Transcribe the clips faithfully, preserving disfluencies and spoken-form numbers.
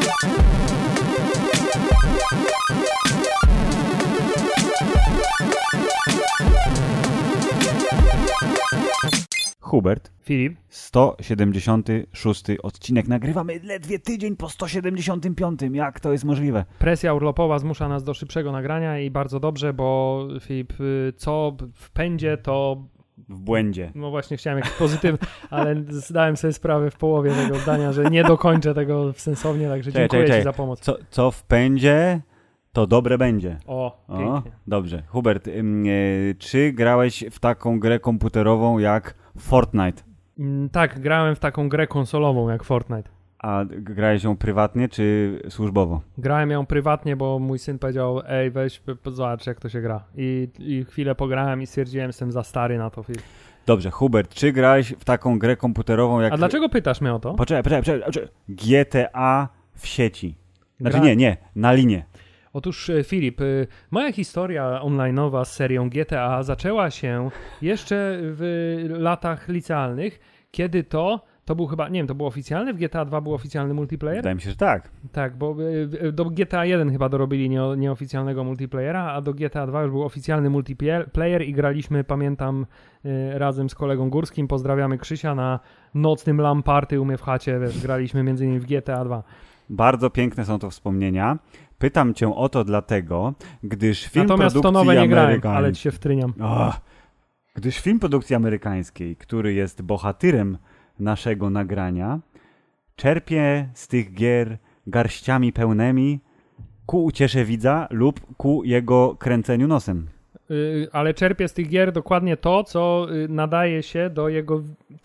Hubert, Filip, sto siedemdziesiąty szósty odcinek. Nagrywamy ledwie tydzień po sto siedemdziesiątym piątym. Jak to jest możliwe? Presja urlopowa zmusza nas do szybszego nagrania i bardzo dobrze, bo Filip, co w pędzie, to... W błędzie. No właśnie chciałem jakiś pozytywny, ale zdałem sobie sprawę w połowie tego zdania, że nie dokończę tego sensownie, także Czekaj, dziękuję czekaj, Ci za pomoc. Co, co w pędzie, to dobre będzie. O, O, pięknie. dobrze. Hubert, ym, e, czy grałeś w taką grę komputerową jak Fortnite? Mm, tak, grałem w taką grę konsolową jak Fortnite. A g- grałeś ją prywatnie czy służbowo? Grałem ją prywatnie, bo mój syn powiedział, ej weź, p- p- zobacz jak to się gra. I, I chwilę pograłem i stwierdziłem, że jestem za stary na to. Filip. Dobrze, Hubert, czy grałeś w taką grę komputerową jak... A dlaczego pytasz mnie o to? Poczekaj, poczekaj, poczekaj, poczekaj. G T A w sieci. Znaczy Gra- nie, nie, na linie. Otóż e, Filip, e, moja historia online'owa z serią G T A zaczęła się jeszcze w latach licealnych, kiedy to, to był chyba, nie wiem, to było oficjalne, w G T A dwa był oficjalny multiplayer? Wydaje mi się, że tak. Tak, bo e, do G T A jeden chyba dorobili nie, nieoficjalnego multiplayera, a do G T A dwa już był oficjalny multiplayer i graliśmy, pamiętam, e, razem z kolegą Górskim, pozdrawiamy Krzysia, na nocnym LAN party u mnie w chacie, wiesz, graliśmy między innymi w G T A dwa. Bardzo piękne są to wspomnienia. Pytam cię o to dlatego, gdyż film Natomiast w to produkcji nowe nie grałem, amerykańskiej... ale ci się wtryniam. Oh, gdyż film produkcji amerykańskiej, który jest bohatyrem naszego nagrania, czerpie z tych gier garściami pełnymi ku uciesze widza lub ku jego kręceniu nosem. Yy, ale czerpie z tych gier dokładnie to, co yy, nadaje się do jego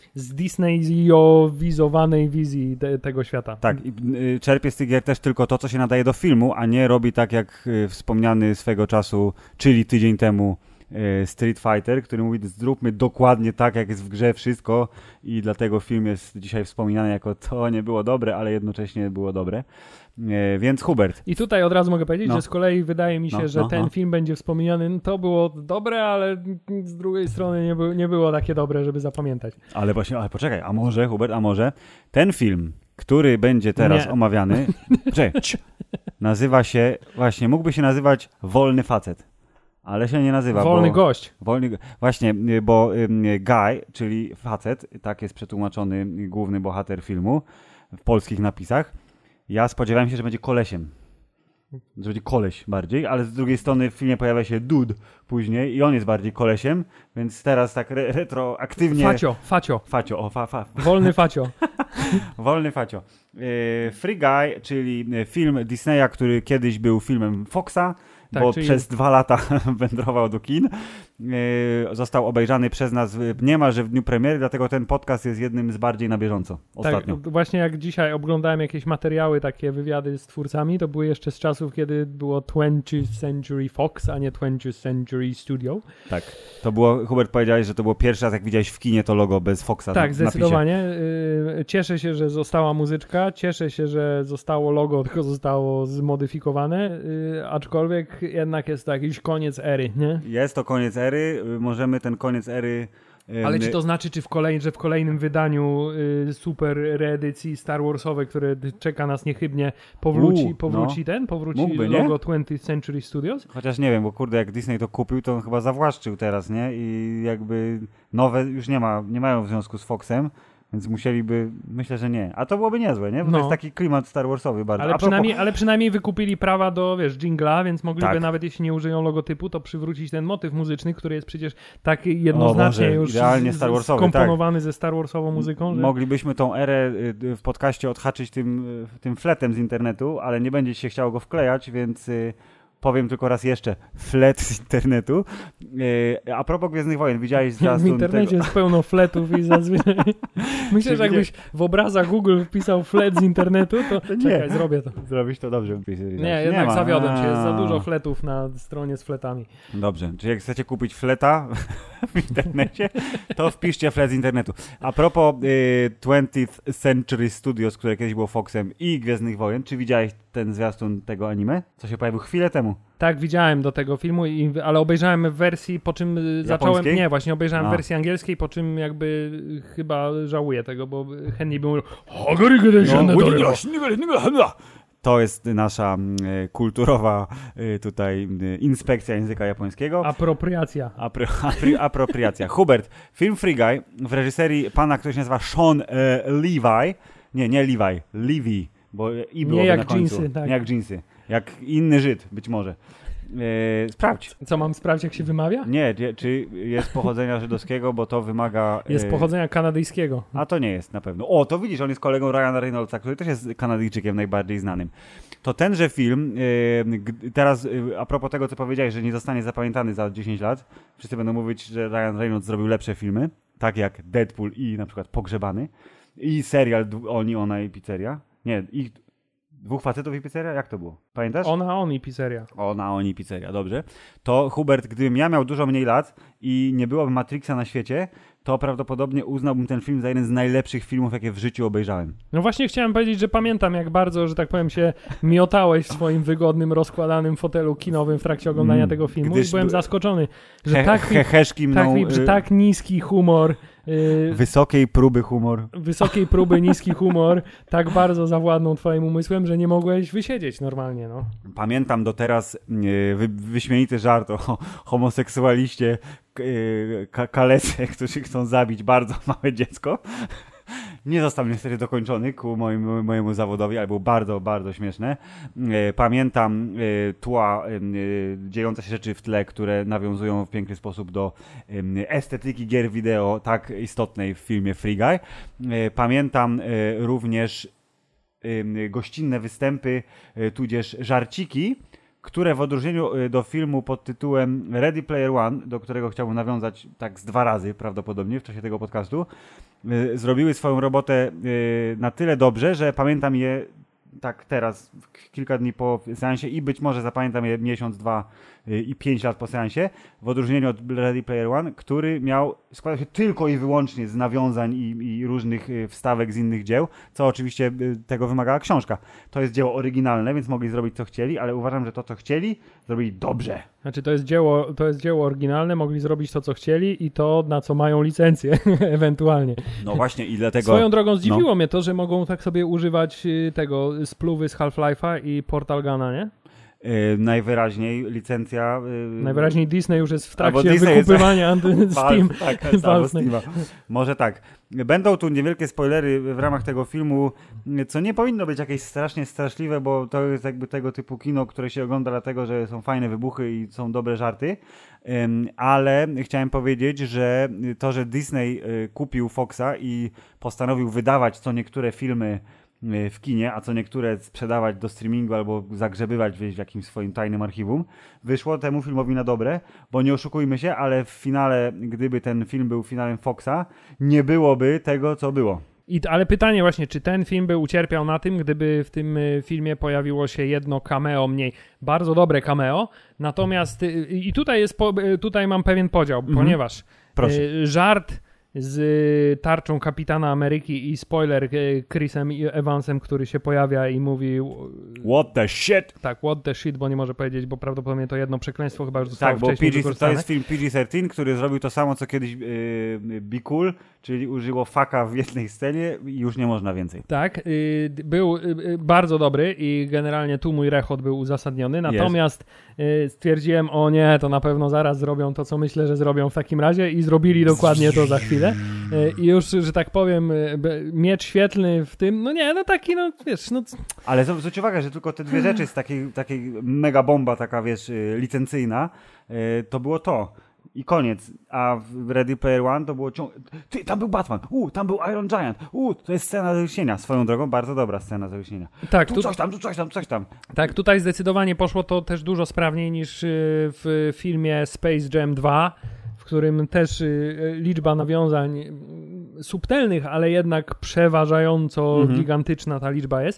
zdisneyowizowanej wizji te, tego świata. Tak, i y, czerpie z tych gier też tylko to, co się nadaje do filmu, a nie robi tak jak y, wspomniany swego czasu, czyli tydzień temu y, Street Fighter, który mówi, zróbmy dokładnie tak, jak jest w grze wszystko i dlatego film jest dzisiaj wspominany jako to nie było dobre, ale jednocześnie było dobre. Y, więc Hubert. I tutaj od razu mogę powiedzieć, No. że z kolei wydaje mi się, No, że no, ten no. film będzie wspominany, no to było dobre, ale z drugiej strony nie, był, nie było takie dobre, żeby zapamiętać. Ale właśnie, ale poczekaj, a może Hubert, a może ten film, który będzie teraz Nie. omawiany, poczekaj, cii, nazywa się, właśnie mógłby się nazywać Wolny Facet. Ale się nie nazywa. Wolny bo, gość. Wolny, go- właśnie, y, bo ym, Guy, czyli facet, tak jest przetłumaczony y, główny bohater filmu w polskich napisach. Ja spodziewałem się, że będzie kolesiem. Że będzie koleś bardziej, ale z drugiej strony w filmie pojawia się dude później i on jest bardziej kolesiem, więc teraz tak re- retroaktywnie... Facio, facio. Facio, o fa, fa. Wolny facio. Wolny facio. Y, Free Guy, czyli y, film Disneya, który kiedyś był filmem Foxa, Tak, bo czyli- przez dwa lata wędrował do kin. Yy, został obejrzany przez nas w- niemalże w dniu premiery, dlatego ten podcast jest jednym z bardziej na bieżąco ostatnio. Tak, właśnie jak dzisiaj oglądałem jakieś materiały, takie wywiady z twórcami, to były jeszcze z czasów, kiedy było twentieth Century Fox, a nie twentieth Century Studio. Tak. To było, Hubert, powiedziałeś, że to było pierwszy raz, jak widziałeś w kinie to logo bez Foxa. Tak, na, napisie. zdecydowanie. Yy, Cieszę się, że została muzyczka, cieszę się, że zostało logo, tylko zostało zmodyfikowane, yy, aczkolwiek jednak jest to jakiś koniec ery, nie? Jest to koniec ery, y, możemy ten koniec ery... ym, Ale czy to znaczy, czy w kolej, że w kolejnym wydaniu y, super reedycji Star Warsowej, które czeka nas niechybnie, powróci, U, powróci no. ten, powróci Mógłby, nie? logo twentieth Century Studios? Chociaż nie wiem, bo kurde, jak Disney to kupił, to on chyba zawłaszczył teraz, nie? I jakby nowe już nie ma, nie mają w związku z Foxem, więc musieliby, myślę, że nie. A to byłoby niezłe, nie? Bo No. to jest taki klimat Star Warsowy bardzo. Ale A propos- przynajmniej, ale przynajmniej wykupili prawa do, wiesz, jingla, więc mogliby Tak. nawet jeśli nie użyją logotypu, to przywrócić ten motyw muzyczny, który jest przecież tak O jednoznacznie Boże, już idealnie z- Star Warsowy, skomponowany ze Star Warsową muzyką. Że... Moglibyśmy tą erę y, w podcaście odhaczyć tym, y, tym fletem z internetu, ale nie będzie ci się chciało go wklejać, więc y, powiem tylko raz jeszcze, flet z internetu. Y, a propos Gwiezdnych Wojen, widziałeś W zwiastun internecie tego... jest pełno fletów i zazwyczaj... Myślę, że jakbyś w obrazach Google wpisał flet z internetu, to nie. czekaj, zrobię to. Zrobić to dobrze. Nie, jednak ma. zawiodłem się. Jest za A. dużo fletów na stronie z fletami. Dobrze, czyli jak chcecie kupić fleta w internecie, to wpiszcie flet z internetu. A propos y, twentieth Century Studios, które kiedyś było Foxem i Gwiezdnych Wojen, czy widziałeś ten zwiastun tego anime? Co się pojawił chwilę temu. Tak, widziałem do tego filmu, i, ale obejrzałem w wersji, po czym y, zacząłem... Nie, właśnie obejrzałem A. w wersji angielskiej, po czym jakby y, chyba żałuję tego, bo chętniej bym mówił... To jest nasza y, kulturowa y, tutaj y, inspekcja języka japońskiego. Apropriacja. Apro, apri, apropriacja. Hubert, film Free Guy w reżyserii pana, który się nazywa Sean y, Levi. Nie, nie Levi, Levi, bo i było nie jak na końcu. Jeansy, tak. Nie jak dżinsy. Jak inny Żyd, być może. Yy, sprawdź. Co, mam sprawdzić, jak się wymawia? Nie, nie, czy jest pochodzenia żydowskiego, bo to wymaga... Yy... Jest pochodzenia kanadyjskiego. A to nie jest na pewno. O, to widzisz, on jest kolegą Ryana Reynoldsa, który też jest Kanadyjczykiem najbardziej znanym. To tenże film, yy, teraz yy, a propos tego, co powiedziałeś, że nie zostanie zapamiętany za dziesięć lat, wszyscy będą mówić, że Ryan Reynolds zrobił lepsze filmy, tak jak Deadpool i na przykład Pogrzebany i serial Oni, Ona i Pizzeria. Nie, ich... Dwóch facetów i pizzeria? Jak to było? Pamiętasz? Ona, on i pizzeria. Ona, oni, pizzeria, dobrze. To Hubert, gdybym ja miał dużo mniej lat i nie byłoby Matrixa na świecie, to prawdopodobnie uznałbym ten film za jeden z najlepszych filmów, jakie w życiu obejrzałem. No właśnie chciałem powiedzieć, że pamiętam, jak bardzo, że tak powiem, się miotałeś w swoim wygodnym, rozkładanym fotelu kinowym w trakcie oglądania mm, tego filmu i byłem zaskoczony, że he, tak, heheszki mną, tak, że tak niski humor, yy, wysokiej próby humor, wysokiej próby niski humor tak bardzo zawładnął twoim umysłem, że nie mogłeś wysiedzieć normalnie. No. Pamiętam do teraz yy, wy, wyśmienity żart o homoseksualiście, Ka- kalece, którzy chcą zabić bardzo małe dziecko. Nie został niestety dokończony ku mojemu, mojemu zawodowi, ale był bardzo, bardzo śmieszne. Pamiętam tła, dziejące się rzeczy w tle, które nawiązują w piękny sposób do estetyki gier wideo, tak istotnej w filmie Free Guy. Pamiętam również gościnne występy, tudzież żarciki, które w odróżnieniu do filmu pod tytułem Ready Player One, do którego chciałbym nawiązać tak z dwa razy prawdopodobnie w czasie tego podcastu, yy, zrobiły swoją robotę yy, na tyle dobrze, że pamiętam je tak teraz, kilka dni po seansie i być może zapamiętam je miesiąc, dwa yy, i pięć lat po seansie, w odróżnieniu od Ready Player One, który miał, składał się tylko i wyłącznie z nawiązań i, i różnych yy, wstawek z innych dzieł, co oczywiście yy, tego wymagała książka. To jest dzieło oryginalne, więc mogli zrobić co chcieli, ale uważam, że to co chcieli, zrobili dobrze. Znaczy to jest dzieło, to jest dzieło oryginalne, mogli zrobić to co chcieli i to na co mają licencję ewentualnie. No właśnie i dlatego... Swoją drogą zdziwiło no. mnie to, że mogą tak sobie używać tego spluwy z Half-Life'a i Portal Guna, nie? Yy, najwyraźniej licencja... Yy... Najwyraźniej Disney już jest w trakcie wykupywania jest... Steam. Tak, Steama. Może tak. Będą tu niewielkie spoilery w ramach tego filmu, co nie powinno być jakieś strasznie straszliwe, bo to jest jakby tego typu kino, które się ogląda dlatego, że są fajne wybuchy i są dobre żarty, ale chciałem powiedzieć, że to, że Disney kupił Foxa i postanowił wydawać co niektóre filmy w kinie, a co niektóre sprzedawać do streamingu albo zagrzebywać w jakimś swoim tajnym archiwum, wyszło temu filmowi na dobre, bo nie oszukujmy się, ale w finale, gdyby ten film był finałem Foxa, nie byłoby tego, co było. I, ale pytanie właśnie, czy ten film by ucierpiał na tym, gdyby w tym filmie pojawiło się jedno cameo mniej. Bardzo dobre cameo, natomiast i tutaj jest, tutaj mam pewien podział, mhm. ponieważ Proszę. żart z tarczą Kapitana Ameryki i spoiler Chrisem Evansem, który się pojawia i mówi what the shit? Tak, what the shit, bo nie może powiedzieć, bo prawdopodobnie to jedno przekleństwo chyba już zostało tak, bo wcześniej P G, wykorzystane. To jest film P G trzynaście, który zrobił to samo, co kiedyś yy, Be Cool, czyli użyło faka w jednej scenie i już nie można więcej. Tak, yy, był yy, bardzo dobry i generalnie tu mój rechot był uzasadniony, natomiast yy, stwierdziłem, o nie, to na pewno zaraz zrobią to, co myślę, że zrobią w takim razie i zrobili dokładnie to za chwilę. I już, że tak powiem, miecz świetlny w tym, no nie, no taki, no wiesz, no... Ale zwróć uwagę, że tylko te dwie rzeczy z takiej, takiej mega bomba, taka wiesz, licencyjna, to było to. I koniec. A w Ready Player One to było ciąg... Ty, tam był Batman, u, tam był Iron Giant, u, to jest scena zawiśnienia. Swoją drogą, bardzo dobra scena zawiśnienia. Tak, tu, tu coś tam, tu coś tam, coś tam. Tak, tutaj zdecydowanie poszło to też dużo sprawniej niż w filmie Space Jam dwa, w którym też liczba nawiązań subtelnych, ale jednak przeważająco mhm. gigantyczna ta liczba jest,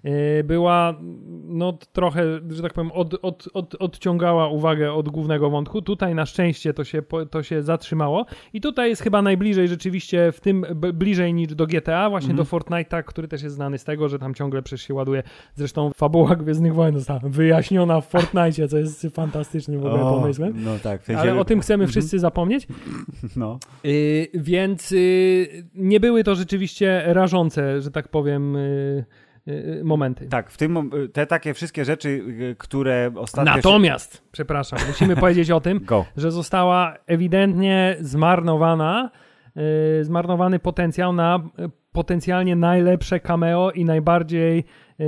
była no trochę, że tak powiem, od, od, od, odciągała uwagę od głównego wątku. Tutaj na szczęście to się, to się zatrzymało i tutaj jest chyba najbliżej rzeczywiście w tym, b- bliżej niż do G T A, właśnie mhm. do Fortnite'a, który też jest znany z tego, że tam ciągle przecież się ładuje. Zresztą fabuła Gwiezdnych Wojen została wyjaśniona w Fortnite'cie, co jest fantastycznym w ogóle o, pomysłem. No tak, w sensie... Ale o tym chcemy mhm. wszyscy zapomnieć. No. Y, więc y, nie były to rzeczywiście rażące, że tak powiem... Y, y, momenty. Tak, w tym te takie wszystkie rzeczy, y, które ostatnio... Natomiast, się... przepraszam, musimy powiedzieć o tym, Go. że została ewidentnie zmarnowana, y, zmarnowany potencjał na potencjalnie najlepsze cameo i najbardziej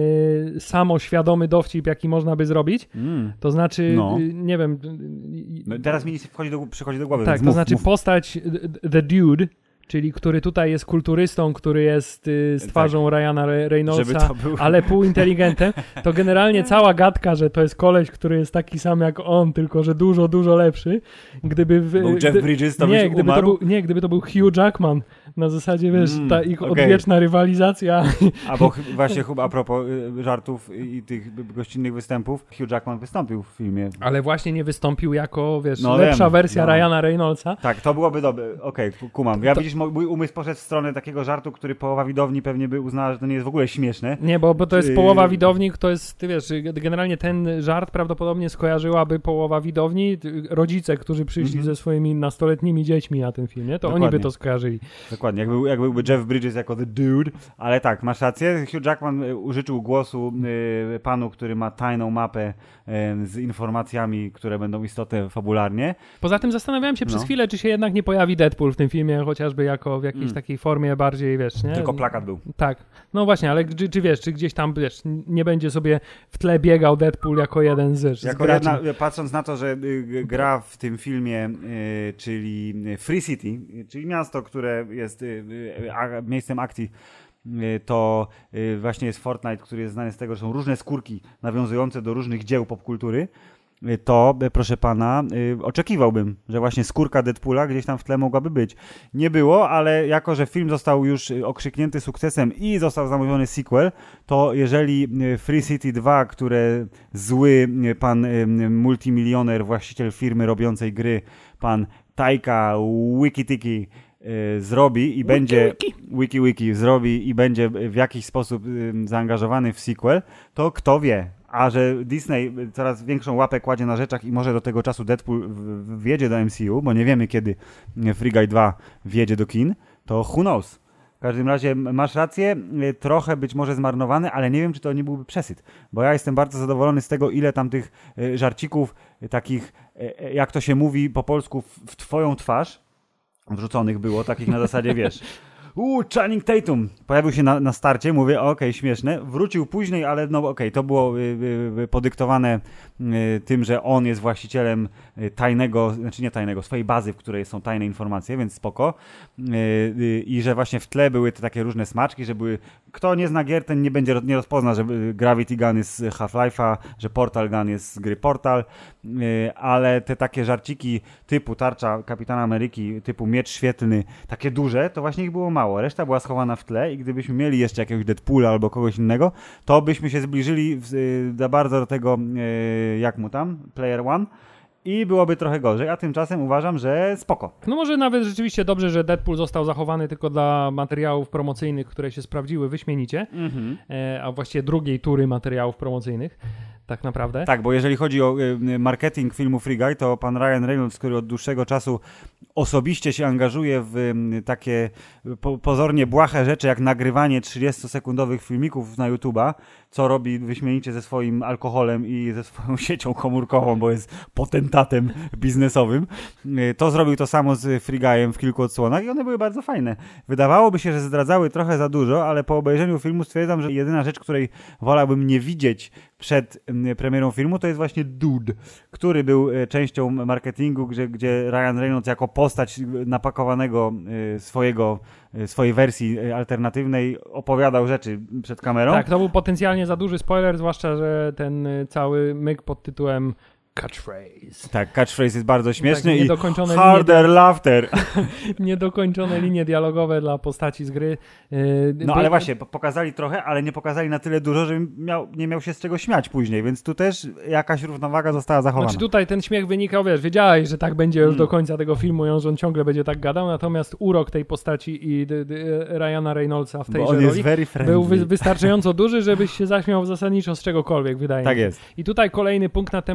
y, samoświadomy dowcip, jaki można by zrobić. Mm. To znaczy, no. y, nie wiem... Y, Teraz mi wchodzi do, przychodzi do głowy. Tak, to mów, znaczy mów. postać The Dude, czyli który tutaj jest kulturystą, który jest y, z twarzą tak. Ryana Reynoldsa, był... ale półinteligentem, to generalnie cała gadka, że to jest koleś, który jest taki sam jak on, tylko że dużo, dużo lepszy. Gdyby w, był gdy, Jeff Bridges, to nie, byś gdyby umarł? to był, nie, gdyby to był Hugh Jackman, na zasadzie, wiesz, mm, ta ich okay. odwieczna rywalizacja. Albo ch- właśnie chyba a propos y, żartów i tych gościnnych występów, Hugh Jackman wystąpił w filmie. Ale właśnie nie wystąpił jako, wiesz, no, lepsza wiem, wersja no. Ryana Reynoldsa. Tak, to byłoby dobre. Okej, okay, kumam. Ja to... widzisz, mój umysł poszedł w stronę takiego żartu, który połowa widowni pewnie by uznała, że to nie jest w ogóle śmieszne. Nie, bo, bo to jest połowa widowni, to jest, ty wiesz, generalnie ten żart prawdopodobnie skojarzyłaby połowa widowni, rodzice, którzy przyszli mm-hmm. ze swoimi nastoletnimi dziećmi na ten film, nie? To Dokładnie. Oni by to skojarzyli. Dokładnie, jak, był, jak byłby Jeff Bridges jako The Dude, ale tak, masz rację, Hugh Jackman użyczył głosu y, panu, który ma tajną mapę y, z informacjami, które będą istotne fabularnie. Poza tym zastanawiałem się no. przez chwilę, czy się jednak nie pojawi Deadpool w tym filmie, chociażby jako w jakiejś mm. takiej formie bardziej, wiesz, nie? Tylko plakat był. Tak, no właśnie, ale czy, czy wiesz, czy gdzieś tam, wiesz, nie będzie sobie w tle biegał Deadpool jako jeden z, z jako jedna, patrząc na to, że y, gra w tym filmie, y, czyli Free City, y, czyli miasto, które jest y, y, a, miejscem akcji, y, to y, właśnie jest Fortnite, który jest znany z tego, że są różne skórki nawiązujące do różnych dzieł popkultury, to, proszę pana, yy, oczekiwałbym, że właśnie skórka Deadpoola gdzieś tam w tle mogłaby być. Nie było, ale jako, że film został już okrzyknięty sukcesem i został zamówiony sequel, to jeżeli Free City dwa, które zły pan yy, multimilioner, właściciel firmy robiącej gry, pan Taika Waititi Yy, zrobi i wiki, będzie wiki. wiki wiki zrobi i będzie w jakiś sposób yy, zaangażowany w sequel, to kto wie. A że Disney coraz większą łapę kładzie na rzeczach i może do tego czasu Deadpool wjedzie do M C U, bo nie wiemy kiedy Free Guy dwa wjedzie do kin, to who knows. W każdym razie masz rację, trochę być może zmarnowany, ale nie wiem, czy to nie byłby przesyt, bo ja jestem bardzo zadowolony z tego, ile tam tych żarcików takich, jak to się mówi po polsku, w twoją twarz wrzuconych było, takich na zasadzie, wiesz, uuu, Channing Tatum pojawił się na, na starcie, mówię, okej, okay, śmieszne, wrócił później, ale no okej, okay, to było y, y, podyktowane y, tym, że on jest właścicielem y, tajnego, znaczy nie tajnego, swojej bazy, w której są tajne informacje, więc spoko y, y, i że właśnie w tle były te takie różne smaczki, że były, kto nie zna gier, ten nie będzie, nie rozpozna, że Gravity Gun jest z Half-Life'a, że Portal Gun jest z gry Portal, y, ale te takie żarciki typu tarcza Kapitana Ameryki, typu miecz świetlny, takie duże, to właśnie ich było mało. Reszta była schowana w tle i gdybyśmy mieli jeszcze jakiegoś Deadpoola albo kogoś innego, to byśmy się zbliżyli za bardzo do tego, jak mu tam, Player One, i byłoby trochę gorzej, a tymczasem uważam, że spoko. No może nawet rzeczywiście dobrze, że Deadpool został zachowany tylko dla materiałów promocyjnych, które się sprawdziły wyśmienicie, mm-hmm. a właściwie drugiej tury materiałów promocyjnych. Tak naprawdę. Tak, bo jeżeli chodzi o y, marketing filmu Free Guy, to pan Ryan Reynolds, który od dłuższego czasu osobiście się angażuje w y, takie po, pozornie błahe rzeczy, jak nagrywanie trzydziestosekundowych filmików na YouTube'a, co robi wyśmienicie ze swoim alkoholem i ze swoją siecią komórkową, bo jest potentatem biznesowym, y, to zrobił to samo z Free Guyem w kilku odsłonach i one były bardzo fajne. Wydawałoby się, że zdradzały trochę za dużo, ale po obejrzeniu filmu stwierdzam, że jedyna rzecz, której wolałbym nie widzieć przed premierą filmu, to jest właśnie Dude, który był częścią marketingu, gdzie, gdzie Ryan Reynolds jako postać napakowanego swojego, swojej wersji alternatywnej opowiadał rzeczy przed kamerą. Tak, to był potencjalnie za duży spoiler, zwłaszcza, że ten cały myk pod tytułem catchphrase. Tak, catchphrase jest bardzo śmieszny tak, i harder linie, laughter. Niedokończone linie dialogowe dla postaci z gry. Yy, no by... ale właśnie, pokazali trochę, ale nie pokazali na tyle dużo, żebym miał, nie miał się z czego śmiać później, więc tu też jakaś równowaga została zachowana. Znaczy tutaj ten śmiech wynikał, wiesz, wiedziałeś, że tak będzie hmm. do końca tego filmu, że on ciągle będzie tak gadał, natomiast urok tej postaci i d- d- Ryana Reynoldsa w tej roli był wy- wystarczająco duży, żebyś się zaśmiał zasadniczo z czegokolwiek, wydaje tak mi się. Tak jest. I tutaj kolejny punkt na temat tego filmu,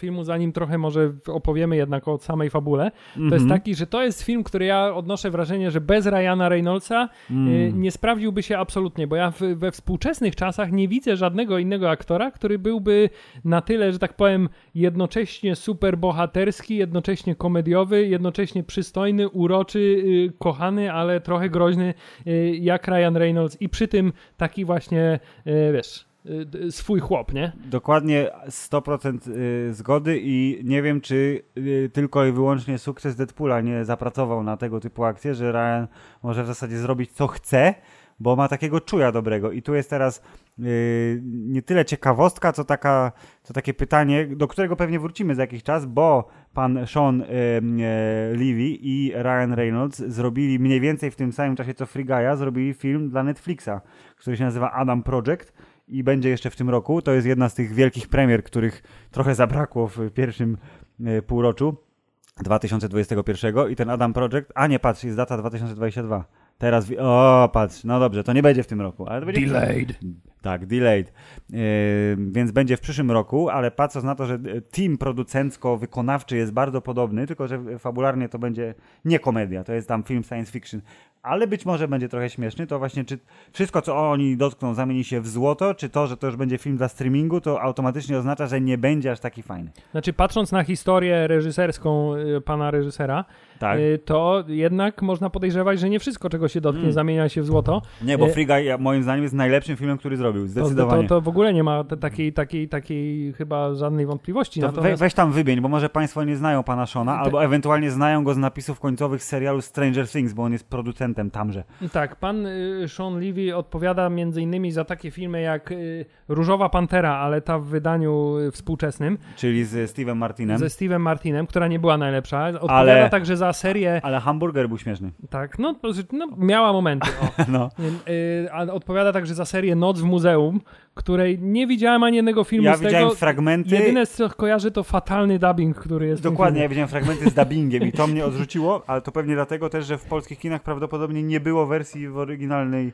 filmu, zanim trochę może opowiemy jednak o samej fabule, to mm-hmm. jest taki, że to jest film, który ja odnoszę wrażenie, że bez Ryana Reynoldsa mm. y, nie sprawdziłby się absolutnie, bo ja w, we współczesnych czasach nie widzę żadnego innego aktora, który byłby na tyle, że tak powiem, jednocześnie super bohaterski, jednocześnie komediowy, jednocześnie przystojny, uroczy, y, kochany, ale trochę groźny y, jak Ryan Reynolds i przy tym taki właśnie, y, wiesz, y, swój chłop, nie? Dokładnie sto procent zgody i nie wiem, czy y, tylko i wyłącznie sukces Deadpoola nie zapracował na tego typu akcje, że Ryan może w zasadzie zrobić co chce, bo ma takiego czuja dobrego i tu jest teraz yy, nie tyle ciekawostka, co, taka, co takie pytanie, do którego pewnie wrócimy za jakiś czas, bo pan Sean yy, yy, Levy i Ryan Reynolds zrobili mniej więcej w tym samym czasie co Free Guy'a, zrobili film dla Netflixa, który się nazywa Adam Project i będzie jeszcze w tym roku. To jest jedna z tych wielkich premier, których trochę zabrakło w pierwszym yy, półroczu dwa tysiące dwudziestego pierwszego i ten Adam Project, a nie patrz, jest data dwa tysiące dwudziesty drugi. Teraz, o patrz, no dobrze, to nie będzie w tym roku. Ale to będzie delayed. Tak, delayed. Yy, więc będzie w przyszłym roku, ale patrząc na to, że team producencko-wykonawczy jest bardzo podobny, tylko że fabularnie to będzie nie komedia, to jest tam film science fiction, ale być może będzie trochę śmieszny, to właśnie czy wszystko, co oni dotkną, zamieni się w złoto, czy to, że to już będzie film dla streamingu, to automatycznie oznacza, że nie będzie aż taki fajny. Znaczy, patrząc na historię reżyserską pana reżysera, tak. to jednak można podejrzewać, że nie wszystko, czego się dotknie, mm. zamienia się w złoto. Nie, bo Free Guy moim zdaniem jest najlepszym filmem, który zrobił, zdecydowanie. To, to, to w ogóle nie ma takiej, takiej, takiej chyba żadnej wątpliwości. To Natomiast... we, weź tam wybień, bo może państwo nie znają pana Shona, Te... albo ewentualnie znają go z napisów końcowych z serialu Stranger Things, bo on jest producentem tamże. Tak, pan y, Sean Levy odpowiada między innymi za takie filmy jak y, Różowa Pantera, ale ta w wydaniu y, współczesnym. Czyli z Steve'em Martinem. Ze Steve'em Martinem, która nie była najlepsza. Odpowiada ale... także za serię... Ale Hamburger był śmieszny. Tak, no, no miała momenty. O. no. y, a odpowiada także za serię Noc w muzeum, której nie widziałem ani jednego filmu ja z tego. Ja widziałem fragmenty. Jedyne, co kojarzę, to fatalny dubbing, który jest. Dokładnie, ja widziałem fragmenty z dubbingiem i to mnie odrzuciło, ale to pewnie dlatego też, że w polskich kinach prawdopodobnie nie było wersji w oryginalnej,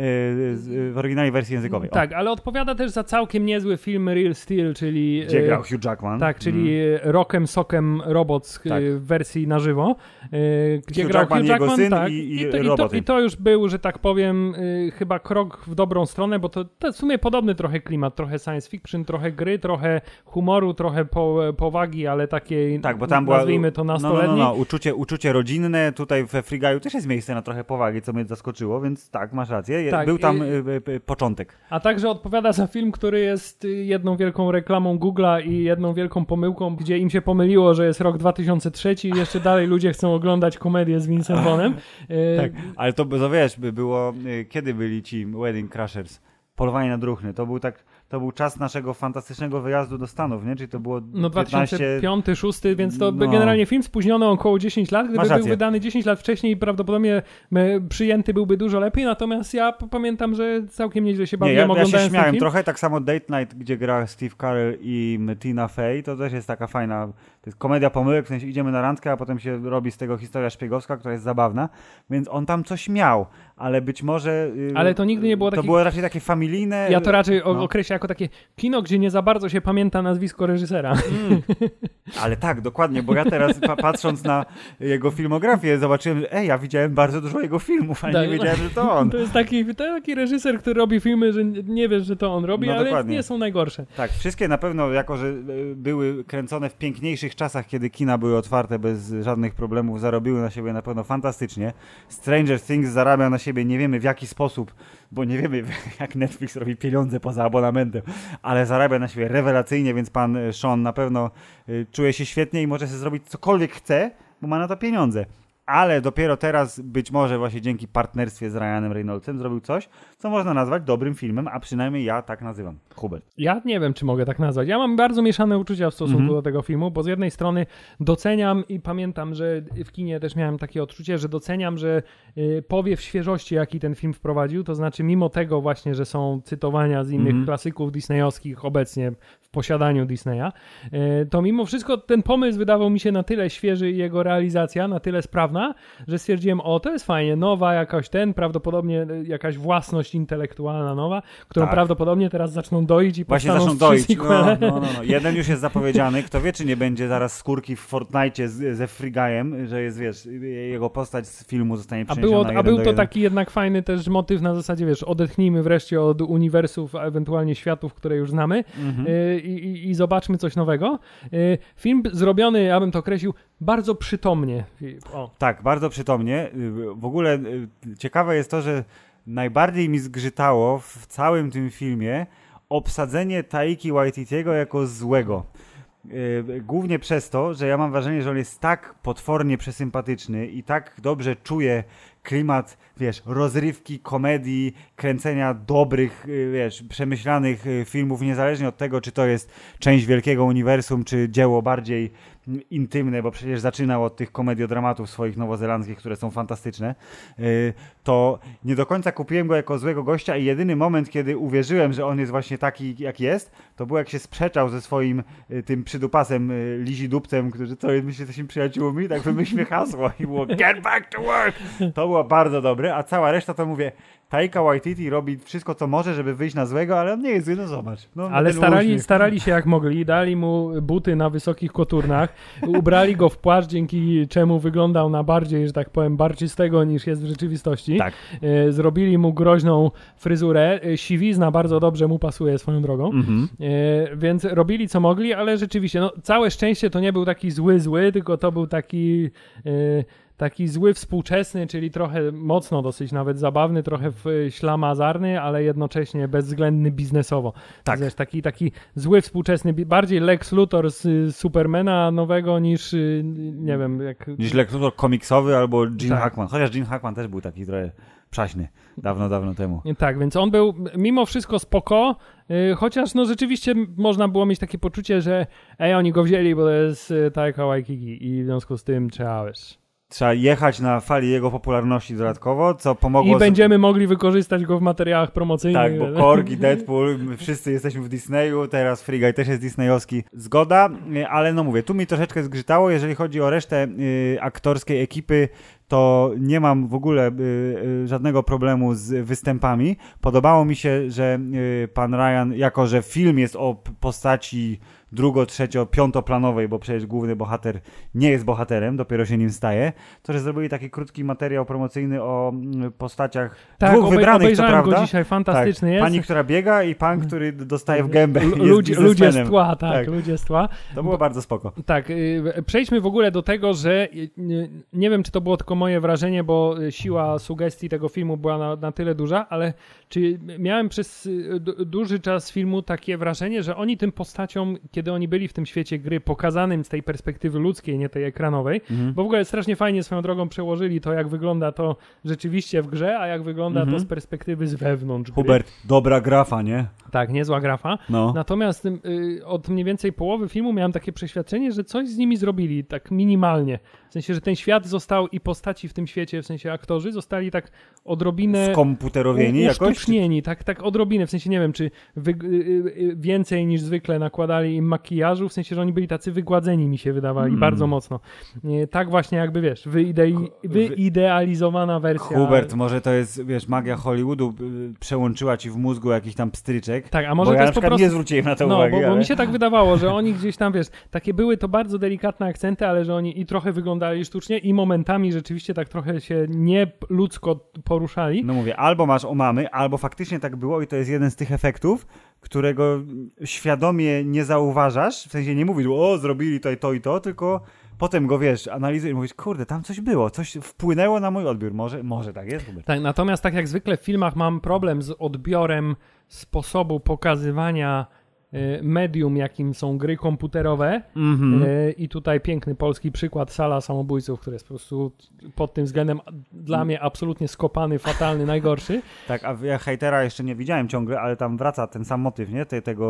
w oryginalnej wersji językowej. O. Tak, ale odpowiada też za całkiem niezły film Real Steel, czyli... Gdzie grał Hugh Jackman. Tak, czyli mm. Rockem Sokem Robots tak. w wersji na żywo. Gdzie Hugh grał Jackman, Hugh Jackman, jego syn tak. i, i, I, to, roboty. I, to, I to już był, że tak powiem, chyba krok w dobrą stronę, bo to, to w sumie podobny trochę klimat, trochę science fiction, trochę gry, trochę humoru, trochę po, powagi, ale takiej, tak, bo tam nazwijmy była, to nastoletniej. No, no, no, no. Uczucie, uczucie rodzinne, tutaj we Free Guy'u też jest miejsce na trochę powagi, co mnie zaskoczyło, więc tak, masz rację, tak, był tam i, y, y, początek. A także odpowiada za film, który jest jedną wielką reklamą Google'a i jedną wielką pomyłką, gdzie im się pomyliło, że jest rok dwa tysiące trzeci i jeszcze dalej ludzie chcą oglądać komedię z Vincem Vaughanem. Tak, ale to, to wiesz, by było, kiedy byli ci Wedding Crashers? Polowanie na druchny. To był tak, to był czas naszego fantastycznego wyjazdu do Stanów, nie? Czyli to było no piętnaście... dwa tysiące piąty, szósty, więc to no. generalnie film spóźniony o około dziesięć lat. Gdyby był wydany dziesięć lat wcześniej, prawdopodobnie przyjęty byłby dużo lepiej, natomiast ja pamiętam, że całkiem nieźle się bawiłem nie, ja, ja się śmiałem film. trochę, tak samo Date Night, gdzie gra Steve Carell i Tina Fey, to też jest taka fajna, to jest komedia pomyłek, w sensie idziemy na randkę, a potem się robi z tego historia szpiegowska, która jest zabawna, więc on tam coś miał, ale być może... Ale to nigdy nie było takie... To było raczej takie familijne... Ja to raczej no. określę jako takie kino, gdzie nie za bardzo się pamięta nazwisko reżysera. Mm. Ale tak, dokładnie, bo ja teraz pa- patrząc na jego filmografię zobaczyłem, że ej, ja widziałem bardzo dużo jego filmów, ale tak, nie wiedziałem, że to on. To jest taki, to taki reżyser, który robi filmy, że nie wiesz, że to on robi, no, ale dokładnie. Nie są najgorsze. Tak, wszystkie na pewno, jako że były kręcone w piękniejszych czasach, kiedy kina były otwarte bez żadnych problemów, zarobiły na siebie na pewno fantastycznie. Stranger Things zarabia na siebie, nie wiemy w jaki sposób, bo nie wiemy jak Netflix robi pieniądze poza abonamentem, ale zarabia na siebie rewelacyjnie, więc pan Sean na pewno y, czuje się świetnie i może sobie zrobić cokolwiek chce, bo ma na to pieniądze. Ale dopiero teraz, być może właśnie dzięki partnerstwie z Ryanem Reynoldsem zrobił coś, co można nazwać dobrym filmem, a przynajmniej ja tak nazywam. Hubert. Ja nie wiem, czy mogę tak nazwać. Ja mam bardzo mieszane uczucia w stosunku mm-hmm. do tego filmu, bo z jednej strony doceniam i pamiętam, że w kinie też miałem takie odczucie, że doceniam, że y, powiew świeżości, jaki ten film wprowadził, to znaczy mimo tego właśnie, że są cytowania z innych mm-hmm. klasyków disneyowskich obecnie w posiadaniu Disneya, to mimo wszystko ten pomysł wydawał mi się na tyle świeży i jego realizacja na tyle sprawna, że stwierdziłem, o to jest fajnie, nowa jakaś ten, prawdopodobnie jakaś własność intelektualna nowa, którą tak. prawdopodobnie teraz zaczną doić i Właśnie powstaną zaczną doić. No, no, no, no. Jeden już jest zapowiedziany, kto wie, czy nie będzie zaraz skórki w Fortnite z, ze Free Guyem, że jest, wiesz, jego postać z filmu zostanie przeniesiona. A, było, jeden a był do to jeden. taki jednak fajny też motyw na zasadzie, wiesz, odetchnijmy wreszcie od uniwersów, a ewentualnie światów, które już znamy mhm. y, i, i zobaczmy coś nowego. Y, film zrobiony, ja bym to określił, bardzo przytomnie. O. Tak, bardzo przytomnie. W ogóle ciekawe jest to, że najbardziej mi zgrzytało w całym tym filmie obsadzenie Taiki Waititiego jako złego. Głównie przez to, że ja mam wrażenie, że on jest tak potwornie przesympatyczny i tak dobrze czuje klimat, wiesz, rozrywki, komedii, kręcenia dobrych, wiesz, przemyślanych filmów, niezależnie od tego, czy to jest część wielkiego uniwersum, czy dzieło bardziej intymne, bo przecież zaczynał od tych komediodramatów swoich nowozelandzkich, które są fantastyczne, to nie do końca kupiłem go jako złego gościa i jedyny moment, kiedy uwierzyłem, że on jest właśnie taki, jak jest, to było jak się sprzeczał ze swoim tym przydupasem Lizidupcem, którzy co jest, myślę, jesteśmy przyjaciółmi, tak wymyślmy hasło i było get back to work! To było bardzo dobre, a cała reszta to mówię, Taika Waititi robi wszystko, co może, żeby wyjść na złego, ale on nie jest zły, no zobacz. No, ale starali, starali się jak mogli, dali mu buty na wysokich koturnach, ubrali go w płaszcz, dzięki czemu wyglądał na bardziej, że tak powiem, barczystego niż jest w rzeczywistości. Tak. E, zrobili mu groźną fryzurę, e, siwizna bardzo dobrze mu pasuje swoją drogą, mhm. e, więc robili co mogli, ale rzeczywiście, no, całe szczęście to nie był taki zły, zły, tylko to był taki... E, Taki zły współczesny, czyli trochę mocno dosyć nawet zabawny, trochę ślamazarny, ale jednocześnie bezwzględny biznesowo. Tak. Zresztą taki, taki zły współczesny, bardziej Lex Luthor z Supermana nowego niż, nie wiem, jak... Niż Lex Luthor komiksowy albo Gene tak. Hackman. Chociaż Gene Hackman też był taki trochę przaśny dawno, dawno temu. Tak, więc on był mimo wszystko spoko, yy, chociaż no rzeczywiście można było mieć takie poczucie, że ej, oni go wzięli, bo to jest Taika Waititi i w związku z tym trzeba, wiesz... Trzeba jechać na fali jego popularności dodatkowo, co pomogło... I z... będziemy mogli wykorzystać go w materiałach promocyjnych. Tak, bo Korg i Deadpool, wszyscy jesteśmy w Disneyu, teraz Free Guy też jest disneyowski. Zgoda, ale no mówię, tu mi troszeczkę zgrzytało, jeżeli chodzi o resztę y, aktorskiej ekipy, to nie mam w ogóle y, y, żadnego problemu z występami. Podobało mi się, że y, pan Ryan, jako że film jest o postaci drugo, trzecio, piątoplanowej, bo przecież główny bohater nie jest bohaterem, dopiero się nim staje, to że zrobili taki krótki materiał promocyjny o postaciach tak, dwóch obej, wybranych, co prawda. Go dzisiaj, fantastyczny tak, jest. Pani, która biega i pan, który dostaje w gębę. L- ludzie, ludzie z tła, tak, tak, ludzie z tła. To było bardzo spoko. Tak, y, przejdźmy w ogóle do tego, że y, nie wiem, czy to było tylko moje wrażenie, bo siła sugestii tego filmu była na, na tyle duża, ale czy miałem przez d- duży czas filmu takie wrażenie, że oni tym postaciom, kiedy oni byli w tym świecie gry pokazanym z tej perspektywy ludzkiej, nie tej ekranowej, mhm. bo w ogóle strasznie fajnie swoją drogą przełożyli to, jak wygląda to rzeczywiście w grze, a jak wygląda mhm. to z perspektywy z wewnątrz gry. Hubert, dobra grafa, nie? Tak, niezła grafa. No. Natomiast y, od mniej więcej połowy filmu miałem takie przeświadczenie, że coś z nimi zrobili, tak minimalnie. W sensie, że ten świat został i postaci w tym świecie, w sensie aktorzy, zostali tak odrobinę... Skomputerowieni jakoś? Usztucznieni, tak, tak odrobinę. W sensie, nie wiem, czy wy, y, y, więcej niż zwykle nakładali im makijażu, w sensie, że oni byli tacy wygładzeni, mi się wydawali, hmm. bardzo mocno. Y, tak właśnie jakby, wiesz, wyidei- wyidealizowana wersja. Hubert, może to jest, wiesz, magia Hollywoodu y, przełączyła ci w mózgu jakiś tam pstryczek. Tak, a może bo to ja jest na po prostu... nie zwróciłem na to no, uwagi. Bo, bo ale... mi się tak wydawało, że oni gdzieś tam, wiesz, takie były to bardzo delikatne akcenty, ale że oni i trochę wyglądali sztucznie i momentami rzeczywiście tak trochę się nieludzko poruszali. No mówię, albo masz omamy, albo faktycznie tak było i to jest jeden z tych efektów, którego świadomie nie zauważasz, w sensie nie mówisz, o, zrobili to i to i to, tylko potem go, wiesz, analizujesz i mówisz, kurde, tam coś było, coś wpłynęło na mój odbiór, może, może tak jest? Hubert? Tak, natomiast tak jak zwykle w filmach mam problem z odbiorem sposobu pokazywania medium, jakim są gry komputerowe mm-hmm. i tutaj piękny polski przykład Sala Samobójców, który jest po prostu pod tym względem dla mnie absolutnie skopany, fatalny, najgorszy. Tak, a ja hejtera jeszcze nie widziałem ciągle, ale tam wraca ten sam motyw, nie? Te, tego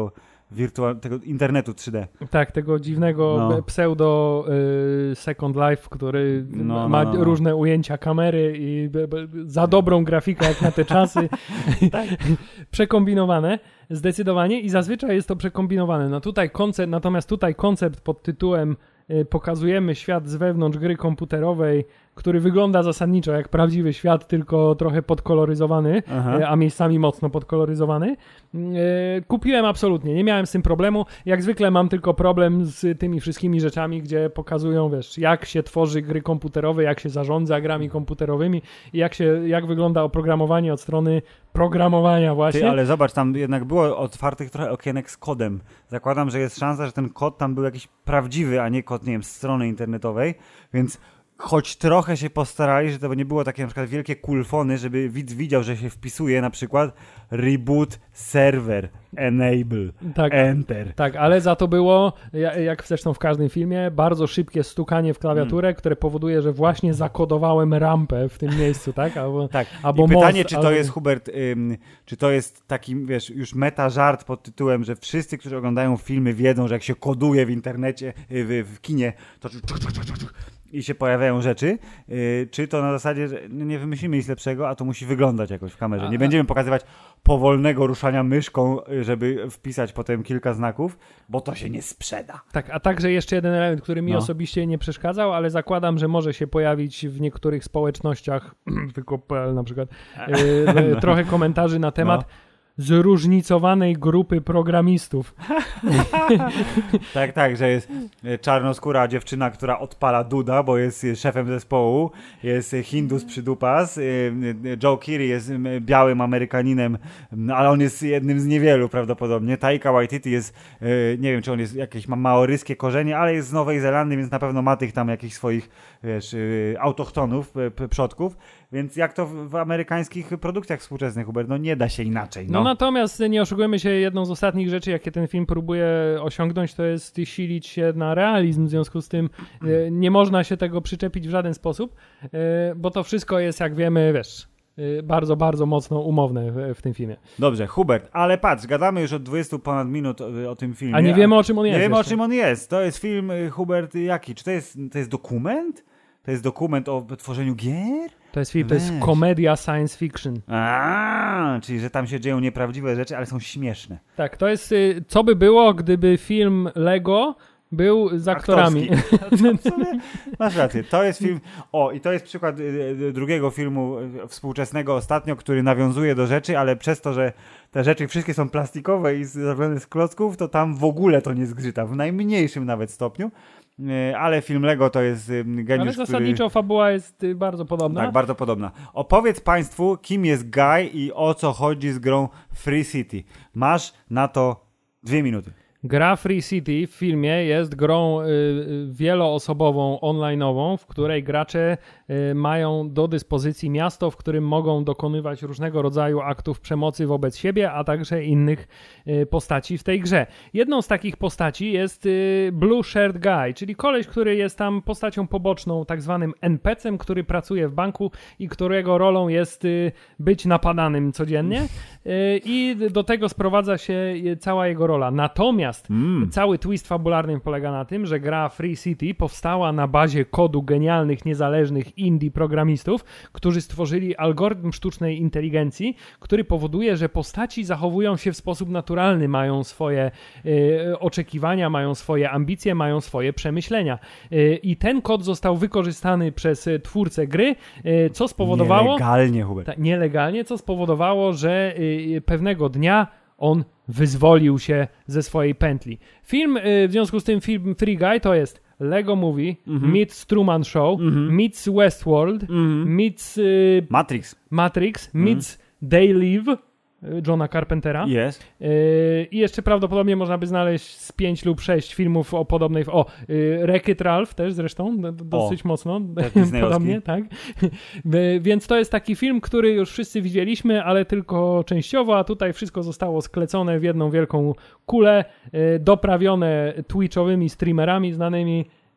wirtual- tego internetu trzy D. Tak, tego dziwnego no. pseudo y, Second Life, który no, ma no, no. różne ujęcia kamery i b, b, za dobrą grafikę jak na te czasy. Tak. Przekombinowane zdecydowanie i zazwyczaj jest to przekombinowane. No tutaj koncept, natomiast tutaj koncept pod tytułem y, pokazujemy świat z wewnątrz gry komputerowej, który wygląda zasadniczo jak prawdziwy świat, tylko trochę podkoloryzowany, Aha. a miejscami mocno podkoloryzowany. Kupiłem absolutnie, nie miałem z tym problemu. Jak zwykle mam tylko problem z tymi wszystkimi rzeczami, gdzie pokazują, wiesz, jak się tworzy gry komputerowe, jak się zarządza grami komputerowymi i jak, się, jak wygląda oprogramowanie od strony programowania właśnie. Ty, ale zobacz, tam jednak było otwartych trochę okienek z kodem. Zakładam, że jest szansa, że ten kod tam był jakiś prawdziwy, a nie kod, nie wiem, z strony internetowej, więc choć trochę się postarali, że to nie było takie na przykład wielkie kulfony, żeby widz widział, że się wpisuje na przykład reboot server, enable, tak, enter. Tak, ale za to było, jak zresztą w każdym filmie, bardzo szybkie stukanie w klawiaturę, hmm. które powoduje, że właśnie zakodowałem rampę w tym miejscu, tak? Albo, tak. albo I pytanie, most, czy to albo... jest, Hubert, ym, czy to jest taki, wiesz, już meta żart pod tytułem, że wszyscy, którzy oglądają filmy, wiedzą, że jak się koduje w internecie, w, w kinie, to i się pojawiają rzeczy, yy, czy to na zasadzie, że nie wymyślimy nic lepszego, a to musi wyglądać jakoś w kamerze. Nie będziemy pokazywać powolnego ruszania myszką, żeby wpisać potem kilka znaków, bo to się nie sprzeda. Tak, a także jeszcze jeden element, który mi no. osobiście nie przeszkadzał, ale zakładam, że może się pojawić w niektórych społecznościach, tylko na przykład, yy, no. trochę komentarzy na temat no. zróżnicowanej grupy programistów. tak, tak, że jest czarnoskóra dziewczyna, która odpala duda, bo jest szefem zespołu, jest Hindus przydupas, Joe Keery jest białym Amerykaninem, ale on jest jednym z niewielu prawdopodobnie. Taika Waititi jest, nie wiem, czy on jest jakieś ma maoryskie korzenie, ale jest z Nowej Zelandii, więc na pewno ma tych tam jakichś swoich, wiesz, autochtonów, przodków. Więc jak to w, w amerykańskich produkcjach współczesnych, Hubert, no nie da się inaczej. No. no natomiast nie oszukujemy się, jedną z ostatnich rzeczy, jakie ten film próbuje osiągnąć, to jest silić się na realizm, w związku z tym e, nie można się tego przyczepić w żaden sposób, e, bo to wszystko jest, jak wiemy, wiesz, e, bardzo, bardzo mocno umowne w, w tym filmie. Dobrze, Hubert, ale patrz, gadamy już od dwudziestu ponad minut o, o tym filmie. A nie wiemy, o czym on jest. Nie wiemy, jeszcze. o czym on jest. To jest film, Hubert, jaki? Czy to jest, to jest dokument? To jest dokument o tworzeniu gier? To jest film, to jest komedia science fiction. A, czyli że tam się dzieją nieprawdziwe rzeczy, ale są śmieszne. Tak, to jest, co by było, gdyby film Lego był z aktorami. Masz rację, to jest film, o i to jest przykład drugiego filmu współczesnego ostatnio, który nawiązuje do rzeczy, ale przez to, że te rzeczy wszystkie są plastikowe i zrobione z klocków, to tam w ogóle to nie zgrzyta, w najmniejszym nawet stopniu. Ale film Lego to jest geniusz, ale zasadniczo który... fabuła jest bardzo podobna. Tak, bardzo podobna. Opowiedz Państwu, kim jest Guy i o co chodzi z grą Free City. Masz na to dwie minuty. Gra Free City w filmie jest grą y, wieloosobową, online'ową, w której gracze y, mają do dyspozycji miasto, w którym mogą dokonywać różnego rodzaju aktów przemocy wobec siebie, a także innych y, postaci w tej grze. Jedną z takich postaci jest y, Blue Shirt Guy, czyli koleś, który jest tam postacią poboczną, tak zwanym en pe ce em, który pracuje w banku i którego rolą jest y, być napadanym codziennie y, i do tego sprowadza się y, cała jego rola. Natomiast Mm. cały twist fabularny polega na tym, że gra Free City powstała na bazie kodu genialnych, niezależnych indie programistów, którzy stworzyli algorytm sztucznej inteligencji, który powoduje, że postaci zachowują się w sposób naturalny, mają swoje y, oczekiwania, mają swoje ambicje, mają swoje przemyślenia. Y, I ten kod został wykorzystany przez twórcę gry, y, co spowodowało... Nielegalnie, Hubert. Ta, nielegalnie, co spowodowało, że y, pewnego dnia on wyzwolił się ze swojej pętli. Film, y, w związku z tym film Free Guy to jest Lego Movie, mm-hmm. meets Truman Show, mm-hmm. meets Westworld, mm-hmm. meets y, Matrix, Matrix mm-hmm. meets They Live Johna Carpentera. Yes. Yy, I jeszcze prawdopodobnie można by znaleźć z pięć lub sześć filmów o podobnej... O, yy, Wreck-It Ralph też zresztą, d- dosyć o, mocno. Podobnie, tak. Yy, więc to jest taki film, który już wszyscy widzieliśmy, ale tylko częściowo, a tutaj wszystko zostało sklecone w jedną wielką kulę, yy, doprawione twitchowymi streamerami znanymi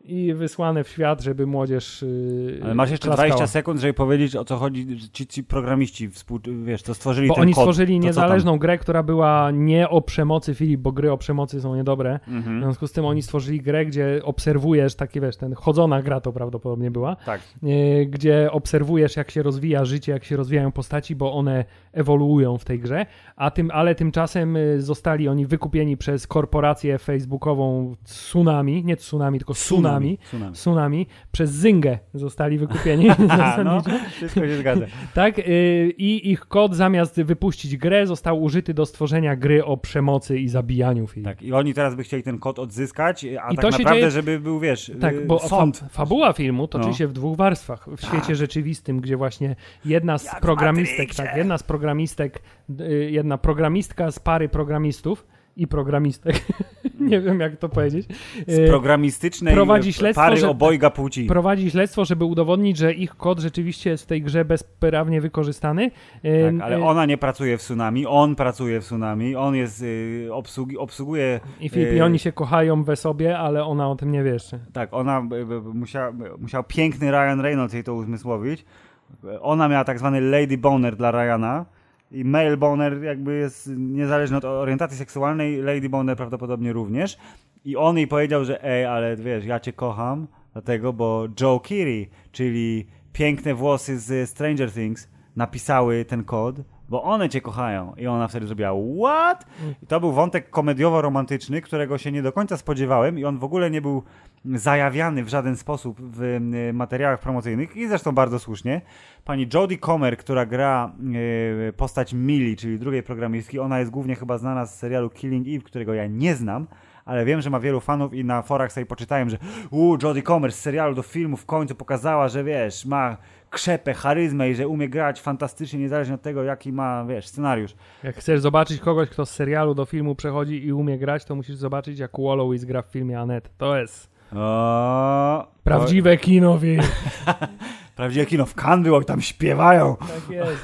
i wysłane w świat, żeby młodzież yy, Ale masz jeszcze klaskała. dwadzieścia sekund, żeby powiedzieć, o co chodzi ci, ci programiści, współ, wiesz, co stworzyli bo ten oni kod. stworzyli to niezależną grę, która była nie o przemocy, Filip, bo gry o przemocy są niedobre. Mhm. W związku z tym oni stworzyli grę, gdzie obserwujesz, takie wiesz, ten chodzona gra to prawdopodobnie była, Tak. yy, gdzie obserwujesz, jak się rozwija życie, jak się rozwijają postaci, bo one ewoluują w tej grze, a tym, ale tymczasem yy, zostali oni wykupieni przez korporację facebookową Tsunami, nie Tsunami, tylko Tsunami, Tsunami. Tsunami, przez Zyngę zostali wykupieni. no, wszystko się zgadza. Tak, yy, i ich kod zamiast wypuścić grę został użyty do stworzenia gry o przemocy i zabijaniu. Filip. Tak, i oni teraz by chcieli ten kod odzyskać, a I tak to się naprawdę, dzieje... żeby był, wiesz, Tak, bo sąd. fa- fabuła filmu toczy No. się w dwóch warstwach. W świecie Tak. rzeczywistym, gdzie właśnie jedna z Jak w programistek, Matrixie. tak, jedna z programistek, y, jedna programistka z pary programistów i programistek, nie wiem jak to powiedzieć, Z y, programistycznej prowadzi śledztwo, pary że- obojga płci. prowadzi śledztwo, żeby udowodnić, że ich kod rzeczywiście jest w tej grze bezprawnie wykorzystany. Y, Tak, ale y, ona nie pracuje w Tsunami, on pracuje w Tsunami, on jest, y, obsługi, obsługuje... I Filip, y, i oni się kochają we sobie, ale ona o tym nie wie jeszcze. Tak, ona y, y, musiała, musiał piękny Ryan Reynolds jej to uzmysłowić. Ona miała tak zwany lady boner dla Ryana i male boner jakby jest niezależny od orientacji seksualnej, lady boner prawdopodobnie również. I on jej powiedział, że ej, ale wiesz, ja cię kocham, dlatego, bo Joe Keery, czyli piękne włosy z Stranger Things, napisały ten kod, bo one cię kochają. I ona wtedy zrobiła what? I to był wątek komediowo-romantyczny, którego się nie do końca spodziewałem i on w ogóle nie był zajawiany w żaden sposób w y, materiałach promocyjnych i zresztą bardzo słusznie. Pani Jodie Comer, która gra y, postać Millie, czyli drugiej programistki, ona jest głównie chyba znana z serialu Killing Eve, którego ja nie znam, ale wiem, że ma wielu fanów i na forach sobie poczytałem, że uuu, Jodie Comer z serialu do filmu w końcu pokazała, że wiesz, ma krzepę, charyzmę i że umie grać fantastycznie, niezależnie od tego, jaki ma, wiesz, scenariusz. Jak chcesz zobaczyć kogoś, kto z serialu do filmu przechodzi i umie grać, to musisz zobaczyć, jak Wallowitz gra w filmie Annette. To jest O, prawdziwe kino, wie. to... Prawdziwe kino w Cannes było, tam śpiewają. Tak jest.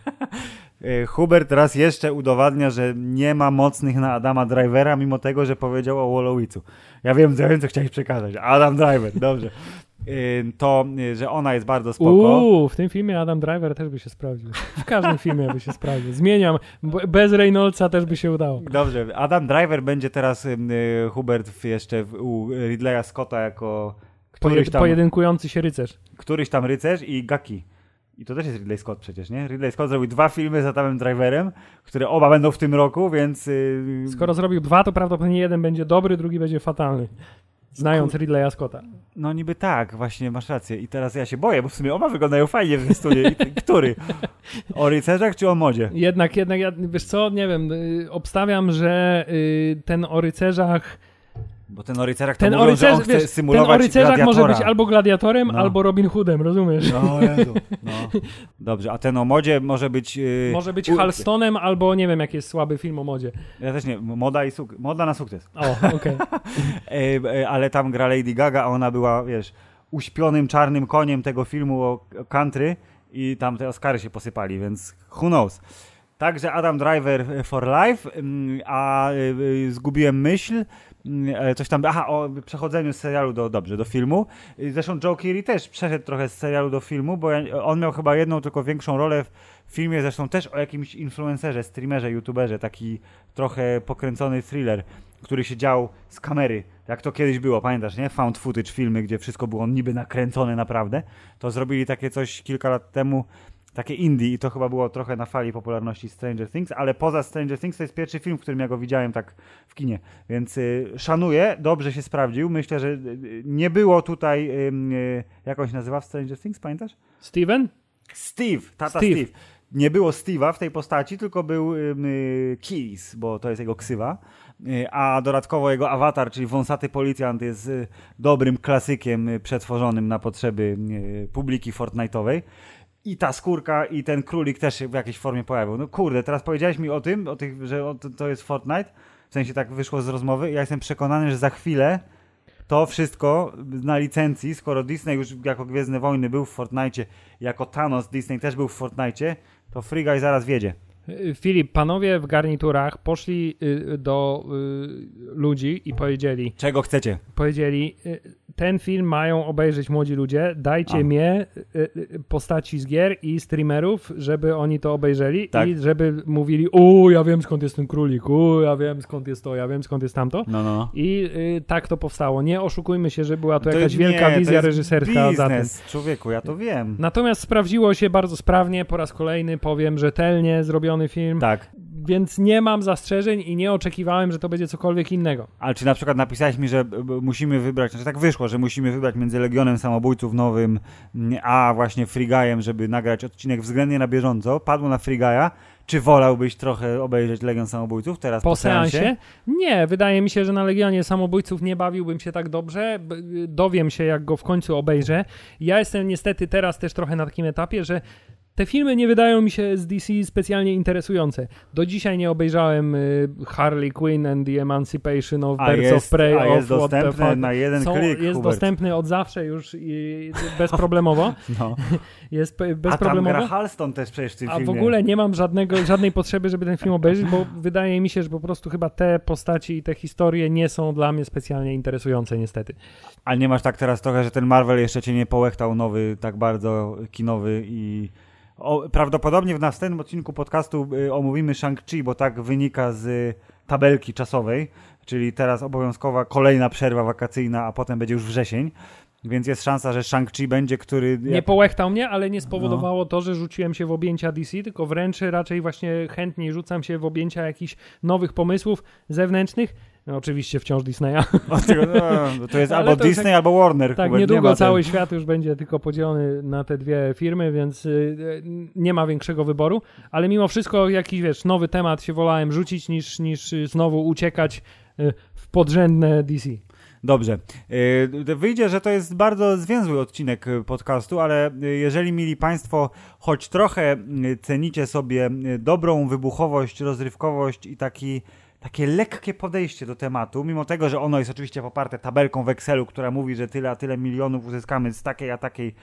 E, Hubert raz jeszcze udowadnia, że nie ma mocnych na Adama Drivera, mimo tego, że powiedział o Wallowitzu. Ja wiem, ja wiem, co chciałeś przekazać. Adam Driver, dobrze. E, To, e, że ona jest bardzo spoko. Uuu, w tym filmie Adam Driver też by się sprawdził. W każdym filmie by się sprawdził. Zmieniam. B- Bez Reynoldsa też by się udało. Dobrze, Adam Driver będzie teraz e, Hubert w, jeszcze w, u Ridleya Scotta jako któryś Pojed- tam, pojedynkujący się rycerz. któryś tam rycerz i Gaki. I to też jest Ridley Scott przecież, nie? Ridley Scott zrobił dwa filmy z Adamem Driverem, które oba będą w tym roku, więc... Yy... Skoro zrobił dwa, to prawdopodobnie jeden będzie dobry, drugi będzie fatalny. Znając Ridleya Scotta. No niby tak, właśnie masz rację. I teraz ja się boję, bo w sumie oba wyglądają fajnie w zwiastunie. I który? O rycerzach czy o modzie? Jednak, jednak, ja, wiesz co, nie wiem, y, obstawiam, że y, ten o rycerzach Bo ten o rycerzach to ten mówią, o, rycerz, że on chce wiesz, ten symulować o rycerzach może gladiatora. być albo gladiatorem, No. albo Robin Hoodem, rozumiesz? No Jezu. No. Dobrze, a ten o modzie może być... Yy... Może być u- Halstonem, albo nie wiem, jaki jest słaby film o modzie. Ja też nie, moda i suk... moda na sukces. O, okej. E, e, ale tam gra Lady Gaga, a ona była, wiesz, uśpionym czarnym koniem tego filmu o o country i tam te Oscary się posypali, więc who knows. Także Adam Driver for life, mm, a y, y, zgubiłem myśl, mm, e, coś tam, aha, o przechodzeniu z serialu do, dobrze, do filmu. Y, Zresztą Joe Keery też przeszedł trochę z serialu do filmu, bo ja, on miał chyba jedną tylko większą rolę w filmie, zresztą też o jakimś influencerze, streamerze, youtuberze, taki trochę pokręcony thriller, który się dział z kamery, jak to kiedyś było, pamiętasz, nie? Found footage filmy, gdzie wszystko było niby nakręcone naprawdę. To zrobili takie coś kilka lat temu, takie indie i to chyba było trochę na fali popularności Stranger Things, ale poza Stranger Things to jest pierwszy film, w którym ja go widziałem tak w kinie, więc y, szanuję, dobrze się sprawdził, myślę, że y, nie było tutaj, y, y, jak on się nazywa w Stranger Things, pamiętasz? Steven? Steve, tata Steve. Steve. Nie było Steve'a w tej postaci, tylko był y, y, Keys, bo to jest jego ksywa, y, a dodatkowo jego awatar, czyli wąsaty policjant jest y, dobrym klasykiem y, przetworzonym na potrzeby y, publiki Fortnite'owej. I ta skórka i ten królik też się w jakiejś formie pojawił. No kurde, teraz powiedziałeś mi o tym, o tych, że o, to, to jest Fortnite, w sensie tak wyszło z rozmowy i ja jestem przekonany, że za chwilę to wszystko na licencji, skoro Disney już jako Gwiezdne Wojny był w Fortnite'cie, jako Thanos Disney też był w Fortnite'cie, to Free Guy zaraz wiedzie. Y, Filip, panowie w garniturach poszli y, do y, ludzi i powiedzieli, Czego chcecie? powiedzieli, y, ten film mają obejrzeć młodzi ludzie, dajcie A. mnie postaci z gier i streamerów, żeby oni to obejrzeli tak. i żeby mówili, o, ja wiem skąd jest ten królik, o, ja wiem skąd jest to, ja wiem skąd jest tamto. No, no. I y, tak to powstało. Nie oszukujmy się, że była to, to jakaś wielka nie, wizja reżyserska. Biznes, człowieku, ja to wiem. Natomiast sprawdziło się bardzo sprawnie, po raz kolejny powiem, rzetelnie zrobiony film. Tak. Więc nie mam zastrzeżeń i nie oczekiwałem, że to będzie cokolwiek innego. Ale czy na przykład napisałeś mi, że musimy wybrać, znaczy tak wyszło, że musimy wybrać między Legionem Samobójców nowym, a właśnie Free Guyem, żeby nagrać odcinek względnie na bieżąco, padło na Free Guy'a. Czy wolałbyś trochę obejrzeć Legion Samobójców teraz po, po seansie? seansie? Nie, wydaje mi się, że na Legionie Samobójców nie bawiłbym się tak dobrze. Dowiem się, jak go w końcu obejrzę. Ja jestem niestety teraz też trochę na takim etapie, że te filmy nie wydają mi się z D C specjalnie interesujące. Do dzisiaj nie obejrzałem y, Harley Quinn and the Emancipation of Birds jest, of Prey. A jest of dostępny na jeden Są, klik, Jest Hubert. dostępny od zawsze już i bezproblemowo. No. Jest bezproblemowo. A tam gra Halston też przecież w tym A filmie. w ogóle nie mam żadnego, żadnej potrzeby, żeby ten film obejrzeć, bo wydaje mi się, że po prostu chyba te postaci i te historie nie są dla mnie specjalnie interesujące niestety. Ale nie masz tak teraz trochę, że ten Marvel jeszcze cię nie połechtał nowy, tak bardzo kinowy i... O, prawdopodobnie w następnym odcinku podcastu y, omówimy Shang-Chi, bo tak wynika z y, tabelki czasowej, czyli teraz obowiązkowa kolejna przerwa wakacyjna, a potem będzie już wrzesień, więc jest szansa, że Shang-Chi będzie, który... Jak... Nie połechtał mnie, ale nie spowodowało no. to, że rzuciłem się w objęcia D C, tylko wręcz raczej właśnie chętniej rzucam się w objęcia jakichś nowych pomysłów zewnętrznych. No, oczywiście wciąż Disneya. No, to jest albo to Disney, tak, albo Warner. Tak, niedługo nie cały ten... świat już będzie tylko podzielony na te dwie firmy, więc y, nie ma większego wyboru, ale mimo wszystko jakiś, wiesz, nowy temat się wolałem rzucić, niż, niż znowu uciekać y, w podrzędne D C. Dobrze. Wyjdzie, że to jest bardzo zwięzły odcinek podcastu, ale jeżeli mieli Państwo choć trochę cenicie sobie dobrą wybuchowość, rozrywkowość i taki takie lekkie podejście do tematu, mimo tego, że ono jest oczywiście poparte tabelką w Excelu, która mówi, że tyle a tyle milionów uzyskamy z takiej a takiej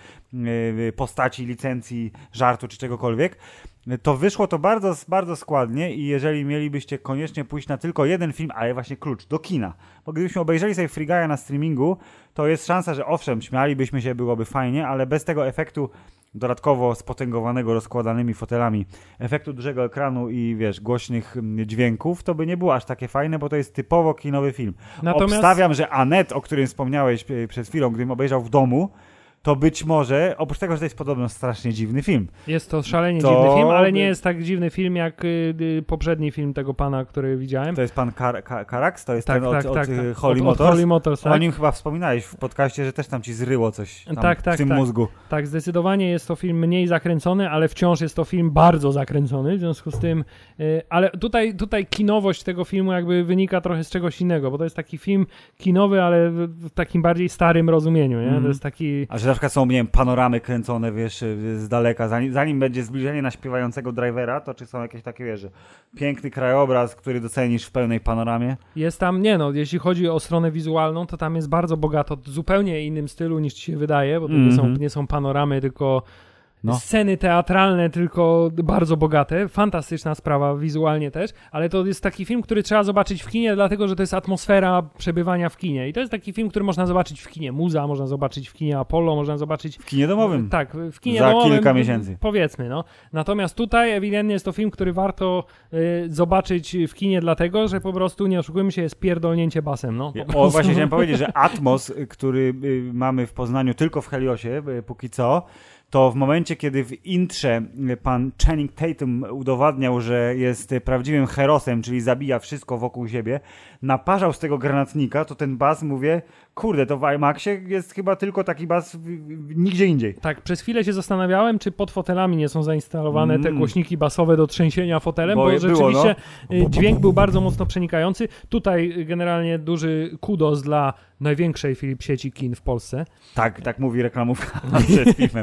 postaci, licencji, żartu czy czegokolwiek, to wyszło to bardzo, bardzo składnie i jeżeli mielibyście koniecznie pójść na tylko jeden film, ale właśnie klucz, do kina, bo gdybyśmy obejrzeli sobie Free Guy'a na streamingu, to jest szansa, że owszem, śmialibyśmy się, byłoby fajnie, ale bez tego efektu dodatkowo spotęgowanego rozkładanymi fotelami, efektu dużego ekranu i wiesz, głośnych dźwięków, to by nie było aż takie fajne, bo to jest typowo kinowy film. Natomiast... Obstawiam, że Annette, o którym wspomniałeś przed chwilą, gdym obejrzał w domu, to być może, oprócz tego, że to jest podobno strasznie dziwny film. Jest to szalenie to... dziwny film, ale nie jest tak dziwny film jak y, y, poprzedni film tego pana, który widziałem. To jest pan Kar- Kar- Karax? To jest tak, ten tak, od, tak, od, tak. od Holly od, Motors? Od Holly Motors, tak. O nim chyba wspominałeś w podcaście, że też tam ci zryło coś tam tak, tak, w tym tak. mózgu. Tak, zdecydowanie jest to film mniej zakręcony, ale wciąż jest to film bardzo zakręcony, w związku z tym, y, ale tutaj, tutaj kinowość tego filmu jakby wynika trochę z czegoś innego, bo to jest taki film kinowy, ale w, w takim bardziej starym rozumieniu, nie? Mm. To jest taki... A że na przykład są, nie wiem, panoramy kręcone, wiesz, z daleka, zanim, zanim będzie zbliżenie na śpiewającego drivera, to czy są jakieś takie, wiesz, piękny krajobraz, który docenisz w pełnej panoramie? Jest tam, nie no, jeśli chodzi o stronę wizualną, to tam jest bardzo bogato, w zupełnie innym stylu niż ci się wydaje, bo to mm-hmm. nie, są, nie są panoramy, tylko no. sceny teatralne, tylko bardzo bogate. Fantastyczna sprawa, wizualnie też, ale to jest taki film, który trzeba zobaczyć w kinie, dlatego, że to jest atmosfera przebywania w kinie. I to jest taki film, który można zobaczyć w kinie Muza, można zobaczyć w kinie Apollo, można zobaczyć... W kinie domowym. Tak, w kinie Za domowym. Za kilka miesięcy. Powiedzmy, no. Natomiast tutaj ewidentnie jest to film, który warto y, zobaczyć w kinie, dlatego, że po prostu, nie oszukujmy się, jest pierdolnięcie basem, no. O, właśnie chciałem powiedzieć, że Atmos, który y, mamy w Poznaniu tylko w Heliosie, y, póki co, to w momencie, kiedy w intrze pan Channing Tatum udowadniał, że jest prawdziwym herosem, czyli zabija wszystko wokół siebie, naparzał z tego granatnika, to ten bas, mówię, kurde, to w IMAXie jest chyba tylko taki bas w, w, nigdzie indziej. Tak, przez chwilę się zastanawiałem, czy pod fotelami nie są zainstalowane mm. te głośniki basowe do trzęsienia fotelem, bo, bo rzeczywiście było, no. dźwięk był bardzo mocno przenikający. Tutaj generalnie duży kudos dla największej sieci kin w Polsce. Tak, tak mówi reklamówka przed filmem.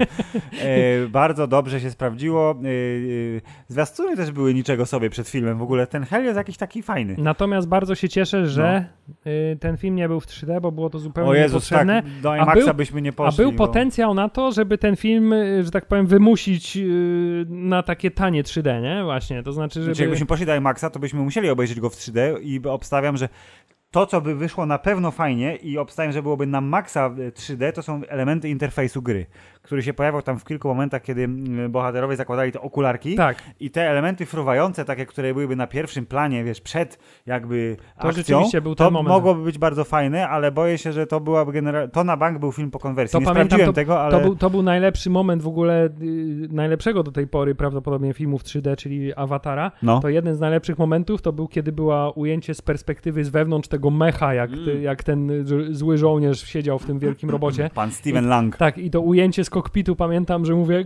E, bardzo dobrze się sprawdziło. E, e, zwiastuny też były niczego sobie przed filmem. W ogóle ten Helios jakiś taki fajny. Natomiast bardzo się cieszę, że no. y, ten film nie był w trzy D, bo było to zupełnie o Jezus, niepotrzebne. Tak, do IMAXa byśmy nie poszli. A był bo... potencjał na to, żeby ten film, że tak powiem, wymusić y, na takie tanie trzy D, nie? Właśnie, to znaczy, żeby... Znaczy, jakbyśmy poszli do IMAXa, to byśmy musieli obejrzeć go w trzy D i obstawiam, że to, co by wyszło na pewno fajnie i obstawiam, że byłoby na maksa trzy D, to są elementy interfejsu gry, który się pojawiał tam w kilku momentach, kiedy bohaterowie zakładali te okularki tak. i te elementy fruwające, takie, które byłyby na pierwszym planie, wiesz, przed jakby to akcją, był to ten moment. mogłoby być bardzo fajne, ale boję się, że to byłaby generalnie, to na bank był film po konwersji. To Nie pamiętam, sprawdziłem to, tego, ale... To był, to był najlepszy moment w ogóle, yy, najlepszego do tej pory prawdopodobnie filmu w trzy D, czyli Awatara. No. To jeden z najlepszych momentów to był, kiedy była ujęcie z perspektywy z wewnątrz tego mecha, jak, mm. ty, jak ten zły żołnierz siedział w tym wielkim robocie. Pan Steven I, Lang. Tak, i to ujęcie z kokpitu, pamiętam, że mówię,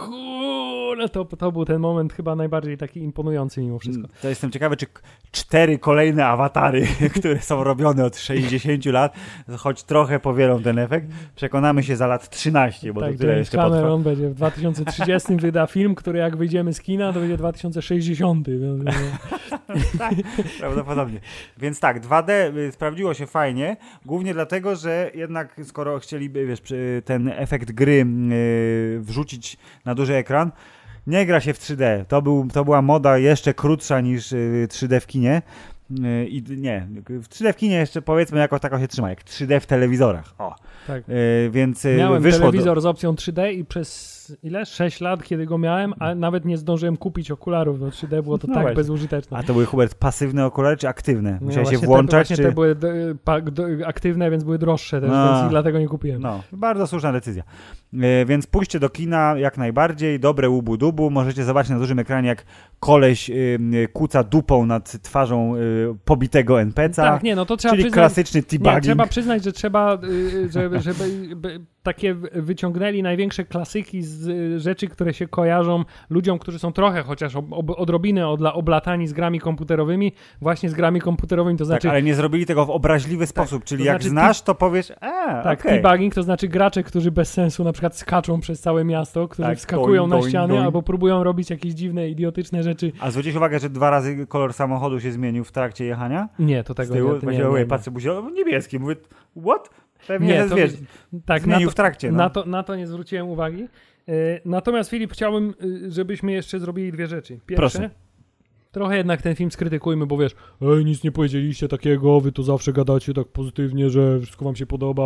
kurde, to, to był ten moment chyba najbardziej taki imponujący mimo wszystko. To jestem ciekawy, czy cztery kolejne awatary, które są robione od sześćdziesięciu lat, choć trochę powielą ten efekt. Przekonamy się za lat trzynaście, bo tak, to tyle jeszcze potrwa. Cameron będzie w dwa tysiące trzydziestym wyda film, który jak wyjdziemy z kina, to będzie dwa tysiące sześćdziesiątym. Tak, prawdopodobnie. Więc tak, dwa D sprawdziło się fajnie, głównie dlatego, że jednak skoro chcieliby, wiesz, ten efekt gry yy, wrzucić na duży ekran, nie gra się w trzy D. To, był, to była moda jeszcze krótsza niż yy, trzy D w kinie. Yy, I nie, w trzy D w kinie jeszcze powiedzmy jakoś tako się trzyma, jak trzy D w telewizorach. O. Tak. Yy, więc yy, miałem wyszło telewizor do... z opcją trzy D i przez ile? sześć lat, kiedy go miałem, a nawet nie zdążyłem kupić okularów do trzy D, było to no tak właśnie. bezużyteczne. A to były, Hubert, pasywne okulary czy aktywne? Musiałeś no się włączać? Te, czy... te były do, pa, do, aktywne, więc były droższe też, no. Więc dlatego nie kupiłem. No, bardzo słuszna decyzja. Yy, więc pójście do kina jak najbardziej, dobre łubu-dubu, możecie zobaczyć na dużym ekranie, jak koleś yy, kuca dupą nad twarzą yy, pobitego en pe ce a, tak, nie, no to trzeba czyli przyznać, klasyczny teabagging. Nie, trzeba przyznać, że trzeba, yy, żeby, żeby by, takie wyciągnęli największe klasyki z y, rzeczy, które się kojarzą ludziom, którzy są trochę chociaż ob, ob, odrobinę odla, oblatani z grami komputerowymi, właśnie z grami komputerowymi, to znaczy... Tak, ale nie zrobili tego w obraźliwy sposób, tak, czyli to jak znaczy, znasz, to powiesz, a, tak, okay. Teabagging to znaczy gracze, którzy bez sensu na przykład skaczą przez całe miasto, którzy tak, wskakują doń, na ściany doń, doń. albo próbują robić jakieś dziwne, idiotyczne rzeczy. A zwróciłeś uwagę, że dwa razy kolor samochodu się zmienił w trakcie jechania? Nie, to tego tyłu, nie. nie, nie, nie. Patrzę, buzię, niebieski, mówię, what? Pewnie, nie, że to, wiesz, tak, zmienił na to, w trakcie. No. Na, to, na to nie zwróciłem uwagi. Natomiast Filip, chciałbym, żebyśmy jeszcze zrobili dwie rzeczy. Pierwsze, Proszę. Trochę jednak ten film skrytykujmy, bo wiesz, ej, nic nie powiedzieliście takiego, wy to zawsze gadacie tak pozytywnie, że wszystko wam się podoba.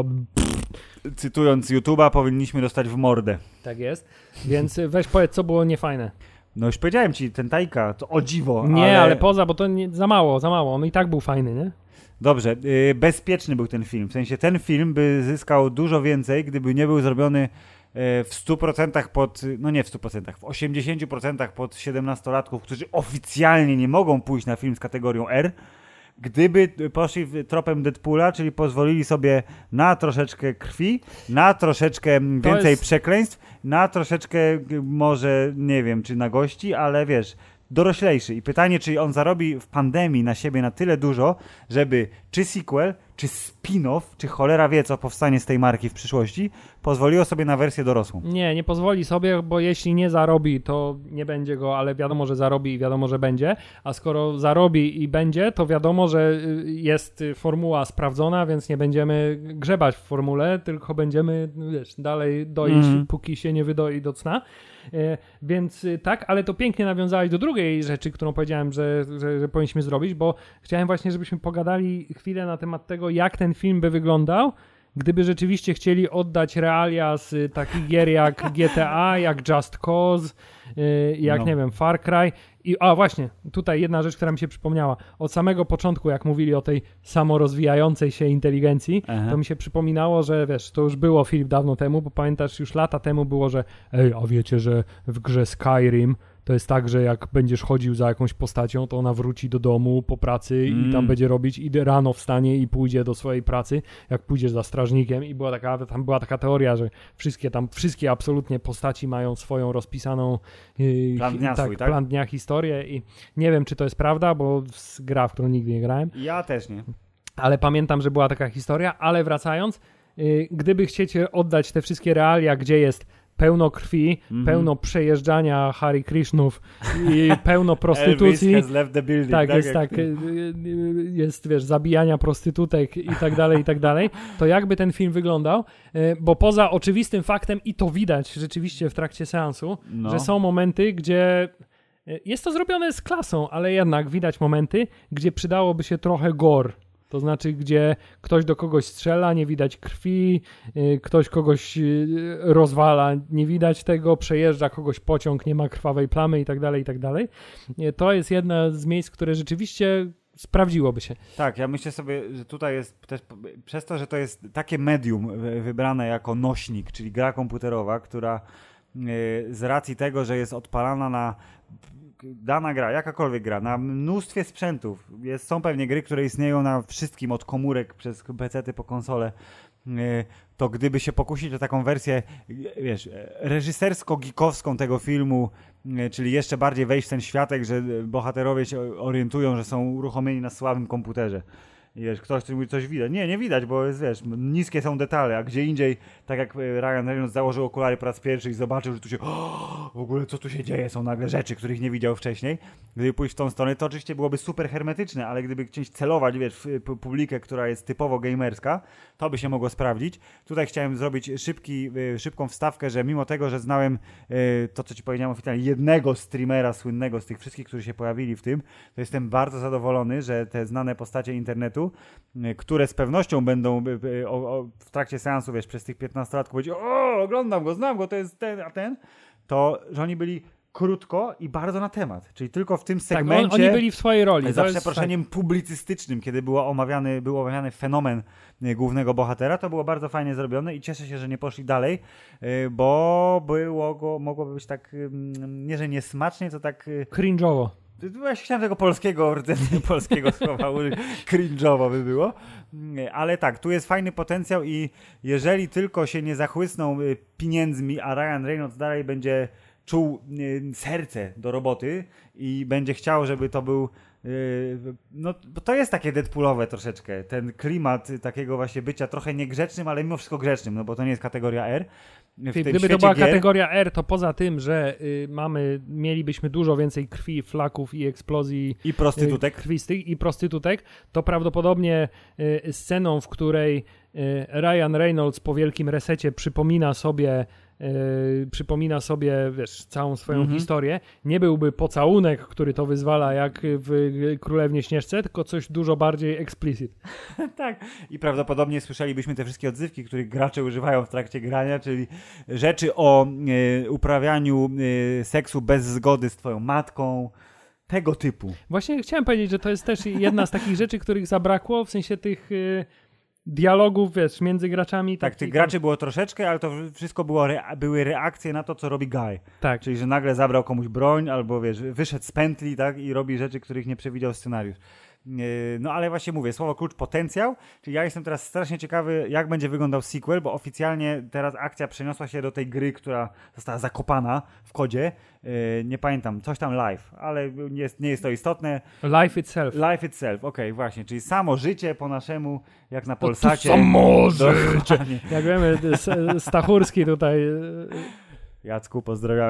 Cytując YouTube'a, powinniśmy dostać w mordę. Tak jest, więc weź powiedz, co było niefajne. No już powiedziałem ci, ten Tajka, to o dziwo, Nie, ale, ale poza, bo to nie, za mało, za mało, on i tak był fajny, nie? Dobrze, yy, bezpieczny był ten film, w sensie ten film by zyskał dużo więcej, gdyby nie był zrobiony w stu procentach pod, no nie w stu procentach, w osiemdziesięciu procentach pod siedemnastolatków, którzy oficjalnie nie mogą pójść na film z kategorią R, gdyby poszli tropem Deadpoola, czyli pozwolili sobie na troszeczkę krwi, na troszeczkę więcej jest... przekleństw, na troszeczkę może, nie wiem, czy nagości, ale wiesz, doroślejszy. I pytanie, czy on zarobi w pandemii na siebie na tyle dużo, żeby czy sequel, czy spin-off, czy cholera wie, co powstanie z tej marki w przyszłości, pozwoliło sobie na wersję dorosłą. Nie, nie pozwoli sobie, bo jeśli nie zarobi, to nie będzie go, ale wiadomo, że zarobi i wiadomo, że będzie, a skoro zarobi i będzie, to wiadomo, że jest formuła sprawdzona, więc nie będziemy grzebać w formule, tylko będziemy, wiesz, dalej doić, mm. póki się nie wydoi do cna. E, więc tak, ale to pięknie nawiązałeś do drugiej rzeczy, którą powiedziałem, że, że, że powinniśmy zrobić, bo chciałem właśnie, żebyśmy pogadali chwilę na temat tego, jak ten film by wyglądał, gdyby rzeczywiście chcieli oddać realia z takich gier jak G T A, jak Just Cause, jak no. nie wiem, Far Cry. I, a właśnie, tutaj jedna rzecz, która mi się przypomniała. Od samego początku, jak mówili o tej samorozwijającej się inteligencji, Aha. to mi się przypominało, że wiesz, to już było Filip dawno temu, bo pamiętasz, już lata temu było, że ej, a wiecie, że w grze Skyrim to jest tak, że jak będziesz chodził za jakąś postacią, to ona wróci do domu po pracy mm. i tam będzie robić, i rano wstanie i pójdzie do swojej pracy, jak pójdziesz za strażnikiem. I była taka, tam była taka teoria, że wszystkie tam, wszystkie absolutnie postaci mają swoją rozpisaną yy, plan dnia, tak, swój, tak? plan dnia historię i nie wiem, czy to jest prawda, bo z gra, w którą nigdy nie grałem. Ja też nie. Ale pamiętam, że była taka historia, ale wracając, yy, gdyby chciecie oddać te wszystkie realia, gdzie jest pełno krwi, mm-hmm. pełno przejeżdżania Hare Krishnów i pełno prostytucji. Elvis has left the building. Tak, tak jest jak... tak, jest, wiesz, zabijania prostytutek i tak dalej, i tak dalej. To jakby ten film wyglądał, bo poza oczywistym faktem, i to widać rzeczywiście w trakcie seansu, no. że są momenty, gdzie jest to zrobione z klasą, ale jednak widać momenty, gdzie przydałoby się trochę gore. To znaczy, gdzie ktoś do kogoś strzela, nie widać krwi, yy, ktoś kogoś yy, rozwala, nie widać tego, przejeżdża kogoś pociąg, nie ma krwawej plamy i tak dalej, i tak dalej. Yy, to jest jedna z miejsc, które rzeczywiście sprawdziłoby się. Tak, ja myślę sobie, że tutaj jest też przez to, że to jest takie medium wybrane jako nośnik, czyli gra komputerowa, która yy, z racji tego, że jest odpalana na dana gra, jakakolwiek gra, na mnóstwie sprzętów. Jest, są pewnie gry, które istnieją na wszystkim, od komórek przez pecety po konsole. To gdyby się pokusić o taką wersję, wiesz, reżysersko-gikowską tego filmu, czyli jeszcze bardziej wejść w ten światek, że bohaterowie się orientują, że są uruchomieni na słabym komputerze. I wiesz, ktoś mówi, coś widać. Nie, nie widać, bo jest, wiesz, niskie są detale, a gdzie indziej, tak jak Ryan Reynolds założył okulary po raz pierwszy i zobaczył, że tu się, o, w ogóle co tu się dzieje, są nagle rzeczy, których nie widział wcześniej. Gdyby pójść w tą stronę, to oczywiście byłoby super hermetyczne, ale gdyby chcieć celować, wiesz, w publikę, która jest typowo gamerska, to by się mogło sprawdzić. Tutaj chciałem zrobić szybki, szybką wstawkę, że mimo tego, że znałem to, co ci powiedziałem oficjalnie, jednego streamera słynnego z tych wszystkich, którzy się pojawili w tym, to jestem bardzo zadowolony, że te znane postacie internetu, które z pewnością będą o, o, w trakcie seansu, wiesz, przez tych piętnastolatków powiedzieć, o, oglądam go, znam go, to jest ten, a ten, to, że oni byli krótko i bardzo na temat, czyli tylko w tym segmencie. Tak, on, oni byli w swojej roli. Za przeproszeniem tak. publicystycznym, kiedy było omawiany, był omawiany fenomen głównego bohatera, to było bardzo fajnie zrobione i cieszę się, że nie poszli dalej, bo było go, mogłoby być tak, nie że niesmacznie, to tak cringe'owo. Ja chciałem tego polskiego, polskiego słowa użyć, cringe'owo by było, ale tak, tu jest fajny potencjał i jeżeli tylko się nie zachłysną pieniędzmi, a Ryan Reynolds dalej będzie czuł serce do roboty i będzie chciał, żeby to był, no bo to jest takie deadpoolowe troszeczkę, ten klimat takiego właśnie bycia trochę niegrzecznym, ale mimo wszystko grzecznym, no bo to nie jest kategoria R. Gdyby to była gier... kategoria R, to poza tym, że y, mamy, mielibyśmy dużo więcej krwi, flaków i eksplozji i prostytutek. Y, krwistych i prostytutek, to prawdopodobnie y, sceną, w której y, Ryan Reynolds po wielkim resecie przypomina sobie Yy, przypomina sobie, wiesz, całą swoją mm-hmm. historię, nie byłby pocałunek, który to wyzwala jak w Królewnie Śnieżce, tylko coś dużo bardziej explicit. Tak. I prawdopodobnie słyszelibyśmy te wszystkie odzywki, których gracze używają w trakcie grania, czyli rzeczy o y, uprawianiu y, seksu bez zgody z twoją matką, tego typu. Właśnie chciałem powiedzieć, że to jest też jedna z takich rzeczy, których zabrakło, w sensie tych... Y, dialogów, wiesz, między graczami. Tak, tych graczy było troszeczkę, ale to wszystko było rea- były reakcje na to, co robi Guy. Tak. Czyli, że nagle zabrał komuś broń, albo wiesz, wyszedł z pętli, tak, i robi rzeczy, których nie przewidział scenariusz. No ale właśnie mówię, słowo klucz potencjał, czyli ja jestem teraz strasznie ciekawy, jak będzie wyglądał sequel, bo oficjalnie teraz akcja przeniosła się do tej gry, która została zakopana w kodzie. Nie pamiętam, coś tam live, ale nie jest, nie jest to istotne. Life itself. Life itself, okej, okay, właśnie, czyli samo życie po naszemu, jak na Polsacie. To samo życie. Jak wiemy, Stachurski tutaj. Jacku, pozdrawiam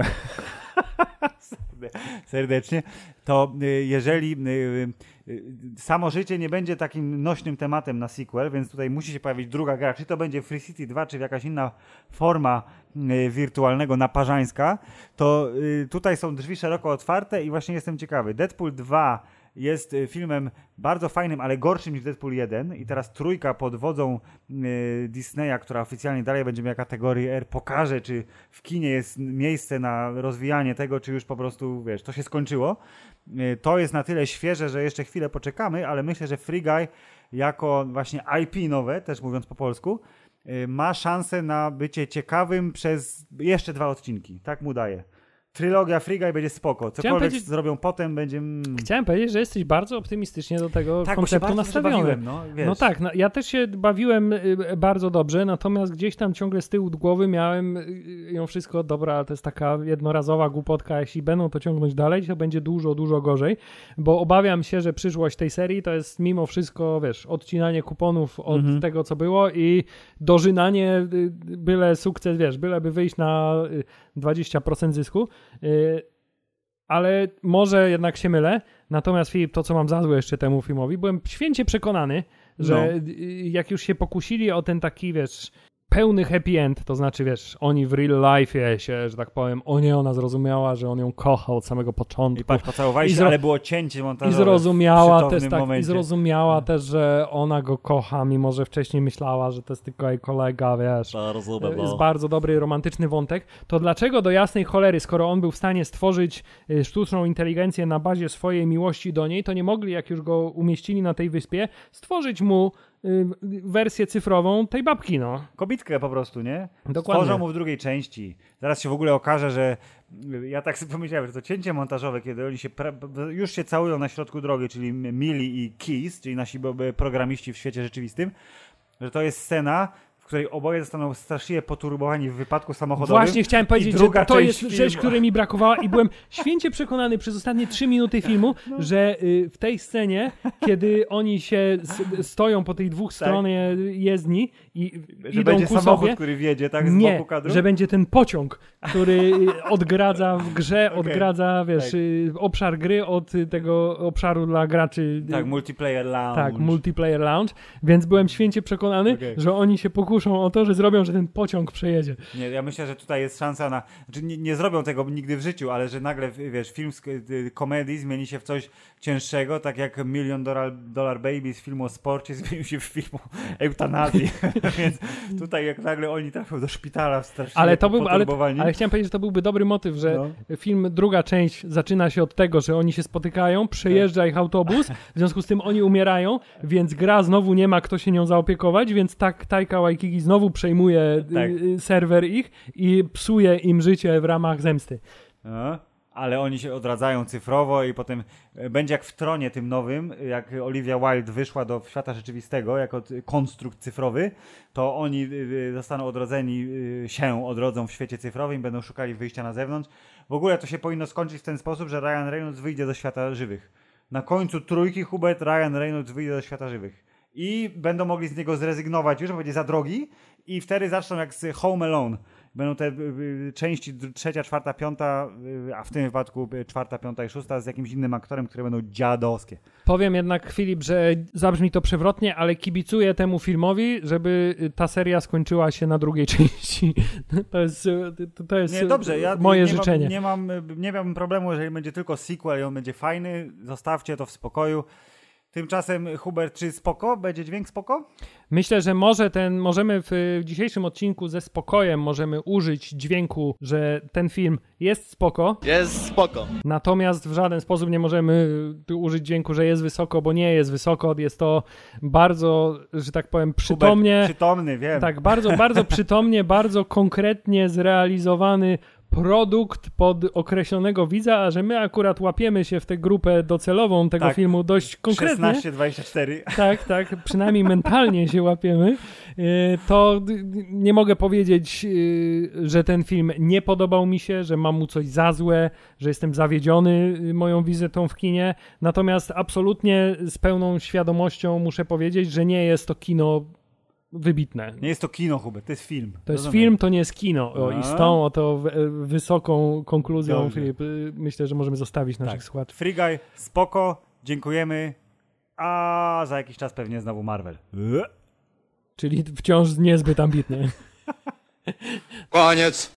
serdecznie. To jeżeli samo życie nie będzie takim nośnym tematem na sequel, więc tutaj musi się pojawić druga gra, czy to będzie Free City dwa, czy jakaś inna forma wirtualnego naparzańska, to tutaj są drzwi szeroko otwarte i właśnie jestem ciekawy. Deadpool dwa jest filmem bardzo fajnym, ale gorszym niż Deadpool jeden i teraz trójka pod wodzą y, Disneya, która oficjalnie dalej będzie miała kategorię R, pokaże, czy w kinie jest miejsce na rozwijanie tego, czy już po prostu, wiesz, to się skończyło. Y, to jest na tyle świeże, że jeszcze chwilę poczekamy, ale myślę, że Free Guy jako właśnie I P nowe, też mówiąc po polsku, y, ma szansę na bycie ciekawym przez jeszcze dwa odcinki. Tak mu daje. Trylogia Free Guy będzie spoko. Cokolwiek zrobią potem, będzie... Mm. Chciałem powiedzieć, że jesteś bardzo optymistycznie do tego tak, konceptu nastawiony. No, no tak, no, ja też się bawiłem y, bardzo dobrze, natomiast gdzieś tam ciągle z tyłu głowy miałem y, ją wszystko, dobra, ale to jest taka jednorazowa głupotka, jeśli będą to ciągnąć dalej, to będzie dużo, dużo gorzej, bo obawiam się, że przyszłość tej serii to jest mimo wszystko, wiesz, odcinanie kuponów od mhm. tego, co było i dożynanie, y, byle sukces, wiesz, byleby wyjść na y, dwadzieścia procent zysku. Yy, ale może jednak się mylę, natomiast Filip, to co mam za złe jeszcze temu filmowi, byłem święcie przekonany, że no. jak już się pokusili o ten taki, wiesz, pełny happy end, to znaczy, wiesz, oni w real life się, że tak powiem, o nie, ona zrozumiała, że on ją kocha od samego początku. I patrz, pocałowali się, zro... ale było cięcie montażowe. I zrozumiała też tak, momencie. i zrozumiała też, że ona go kocha, mimo że wcześniej myślała, że to jest tylko jej kolega, wiesz. To rozumiem, no. Jest bardzo dobry, romantyczny wątek. To dlaczego do jasnej cholery, skoro on był w stanie stworzyć sztuczną inteligencję na bazie swojej miłości do niej, to nie mogli, jak już go umieścili na tej wyspie, stworzyć mu wersję cyfrową tej babki, no. Kobitkę po prostu, nie? Dokładnie. Stworzą mu w drugiej części. Zaraz się w ogóle okaże, że ja tak sobie pomyślałem, że to cięcie montażowe, kiedy oni się pra- już się całują na środku drogi, czyli Millie i Keys, czyli nasi programiści w świecie rzeczywistym, że to jest scena, w której oboje zostaną straszliwie poturbowani w wypadku samochodowym. Właśnie chciałem powiedzieć, że to jest filmu. rzecz, której mi brakowała i byłem święcie przekonany przez ostatnie trzy minuty filmu, no. że y, w tej scenie, kiedy oni się s- stoją po tej dwóch tak. stronie jezdni i że idą będzie ku samochód, sobie, który wjedzie tak z nie, boku kadru? że będzie ten pociąg, który odgradza w grze, okay. odgradza, wiesz, tak. y, obszar gry od tego obszaru dla graczy. Tak, multiplayer lounge. Tak, multiplayer lounge, więc byłem święcie przekonany, okay. że oni się pokuszą o to, że zrobią, że ten pociąg przejedzie. Nie, ja myślę, że tutaj jest szansa na... Znaczy nie, nie zrobią tego nigdy w życiu, ale że nagle, wiesz, film z komedii zmieni się w coś cięższego, tak jak Million Dollar, Dollar Baby z filmu o sporcie zmienił się w filmu eutanazji. Więc tutaj jak nagle oni trafią do szpitala w strasznie ale to był, ale, ale chciałem powiedzieć, że to byłby dobry motyw, że no. film, druga część zaczyna się od tego, że oni się spotykają, przejeżdża tak. ich autobus, w związku z tym oni umierają, więc gra znowu nie ma kto się nią zaopiekować, więc tak Taika Waititi znowu przejmuje tak. y, serwer ich i psuje im życie w ramach zemsty. A, ale oni się odradzają cyfrowo i potem będzie jak w Tronie tym nowym, jak Olivia Wilde wyszła do świata rzeczywistego jako konstrukt cyfrowy, to oni y, zostaną odrodzeni, y, się odrodzą w świecie cyfrowym i będą szukali wyjścia na zewnątrz. W ogóle to się powinno skończyć w ten sposób, że Ryan Reynolds wyjdzie do świata żywych. Na końcu trójki, Hubert, Ryan Reynolds wyjdzie do świata żywych. I będą mogli z niego zrezygnować już, bo będzie za drogi i wtedy zaczną jak z Home Alone. Będą te y, części trzecia, czwarta, piąta, y, a w tym wypadku y, czwarta, piąta i szósta z jakimś innym aktorem, które będą dziadowskie. Powiem jednak, Filip, że zabrzmi to przewrotnie, ale kibicuję temu filmowi, żeby ta seria skończyła się na drugiej części. To jest, to jest nie, dobrze, ja moje nie życzenie. Mam, nie, mam, nie miałbym problemu, jeżeli będzie tylko sequel i on będzie fajny. Zostawcie to w spokoju. Tymczasem, Hubert, czy spoko? Będzie dźwięk spoko? Myślę, że może ten, możemy w dzisiejszym odcinku ze spokojem możemy użyć dźwięku, że ten film jest spoko. Jest spoko. Natomiast w żaden sposób nie możemy użyć dźwięku, że jest wysoko, bo nie jest wysoko. Jest to bardzo, że tak powiem, przytomnie. Hubert, przytomny, wiem. Tak, bardzo, bardzo przytomnie, bardzo konkretnie zrealizowany produkt pod określonego widza, a że my akurat łapiemy się w tę grupę docelową tego tak, filmu dość konkretnie. szesnaście dwadzieścia cztery. Tak, tak, przynajmniej mentalnie się łapiemy. To nie mogę powiedzieć, że ten film nie podobał mi się, że mam mu coś za złe, że jestem zawiedziony moją wizytą w kinie. Natomiast absolutnie z pełną świadomością muszę powiedzieć, że nie jest to kino wybitne. Nie jest to kino, Hubert, to jest film. To jest Rozumiem. film, to nie jest kino. O, i z tą oto wysoką konkluzją, Dobrze. Filip, myślę, że możemy zostawić naszych tak. słuchaczy. Free Guy, spoko, dziękujemy, a za jakiś czas pewnie znowu Marvel. Czyli wciąż niezbyt ambitnie. Koniec.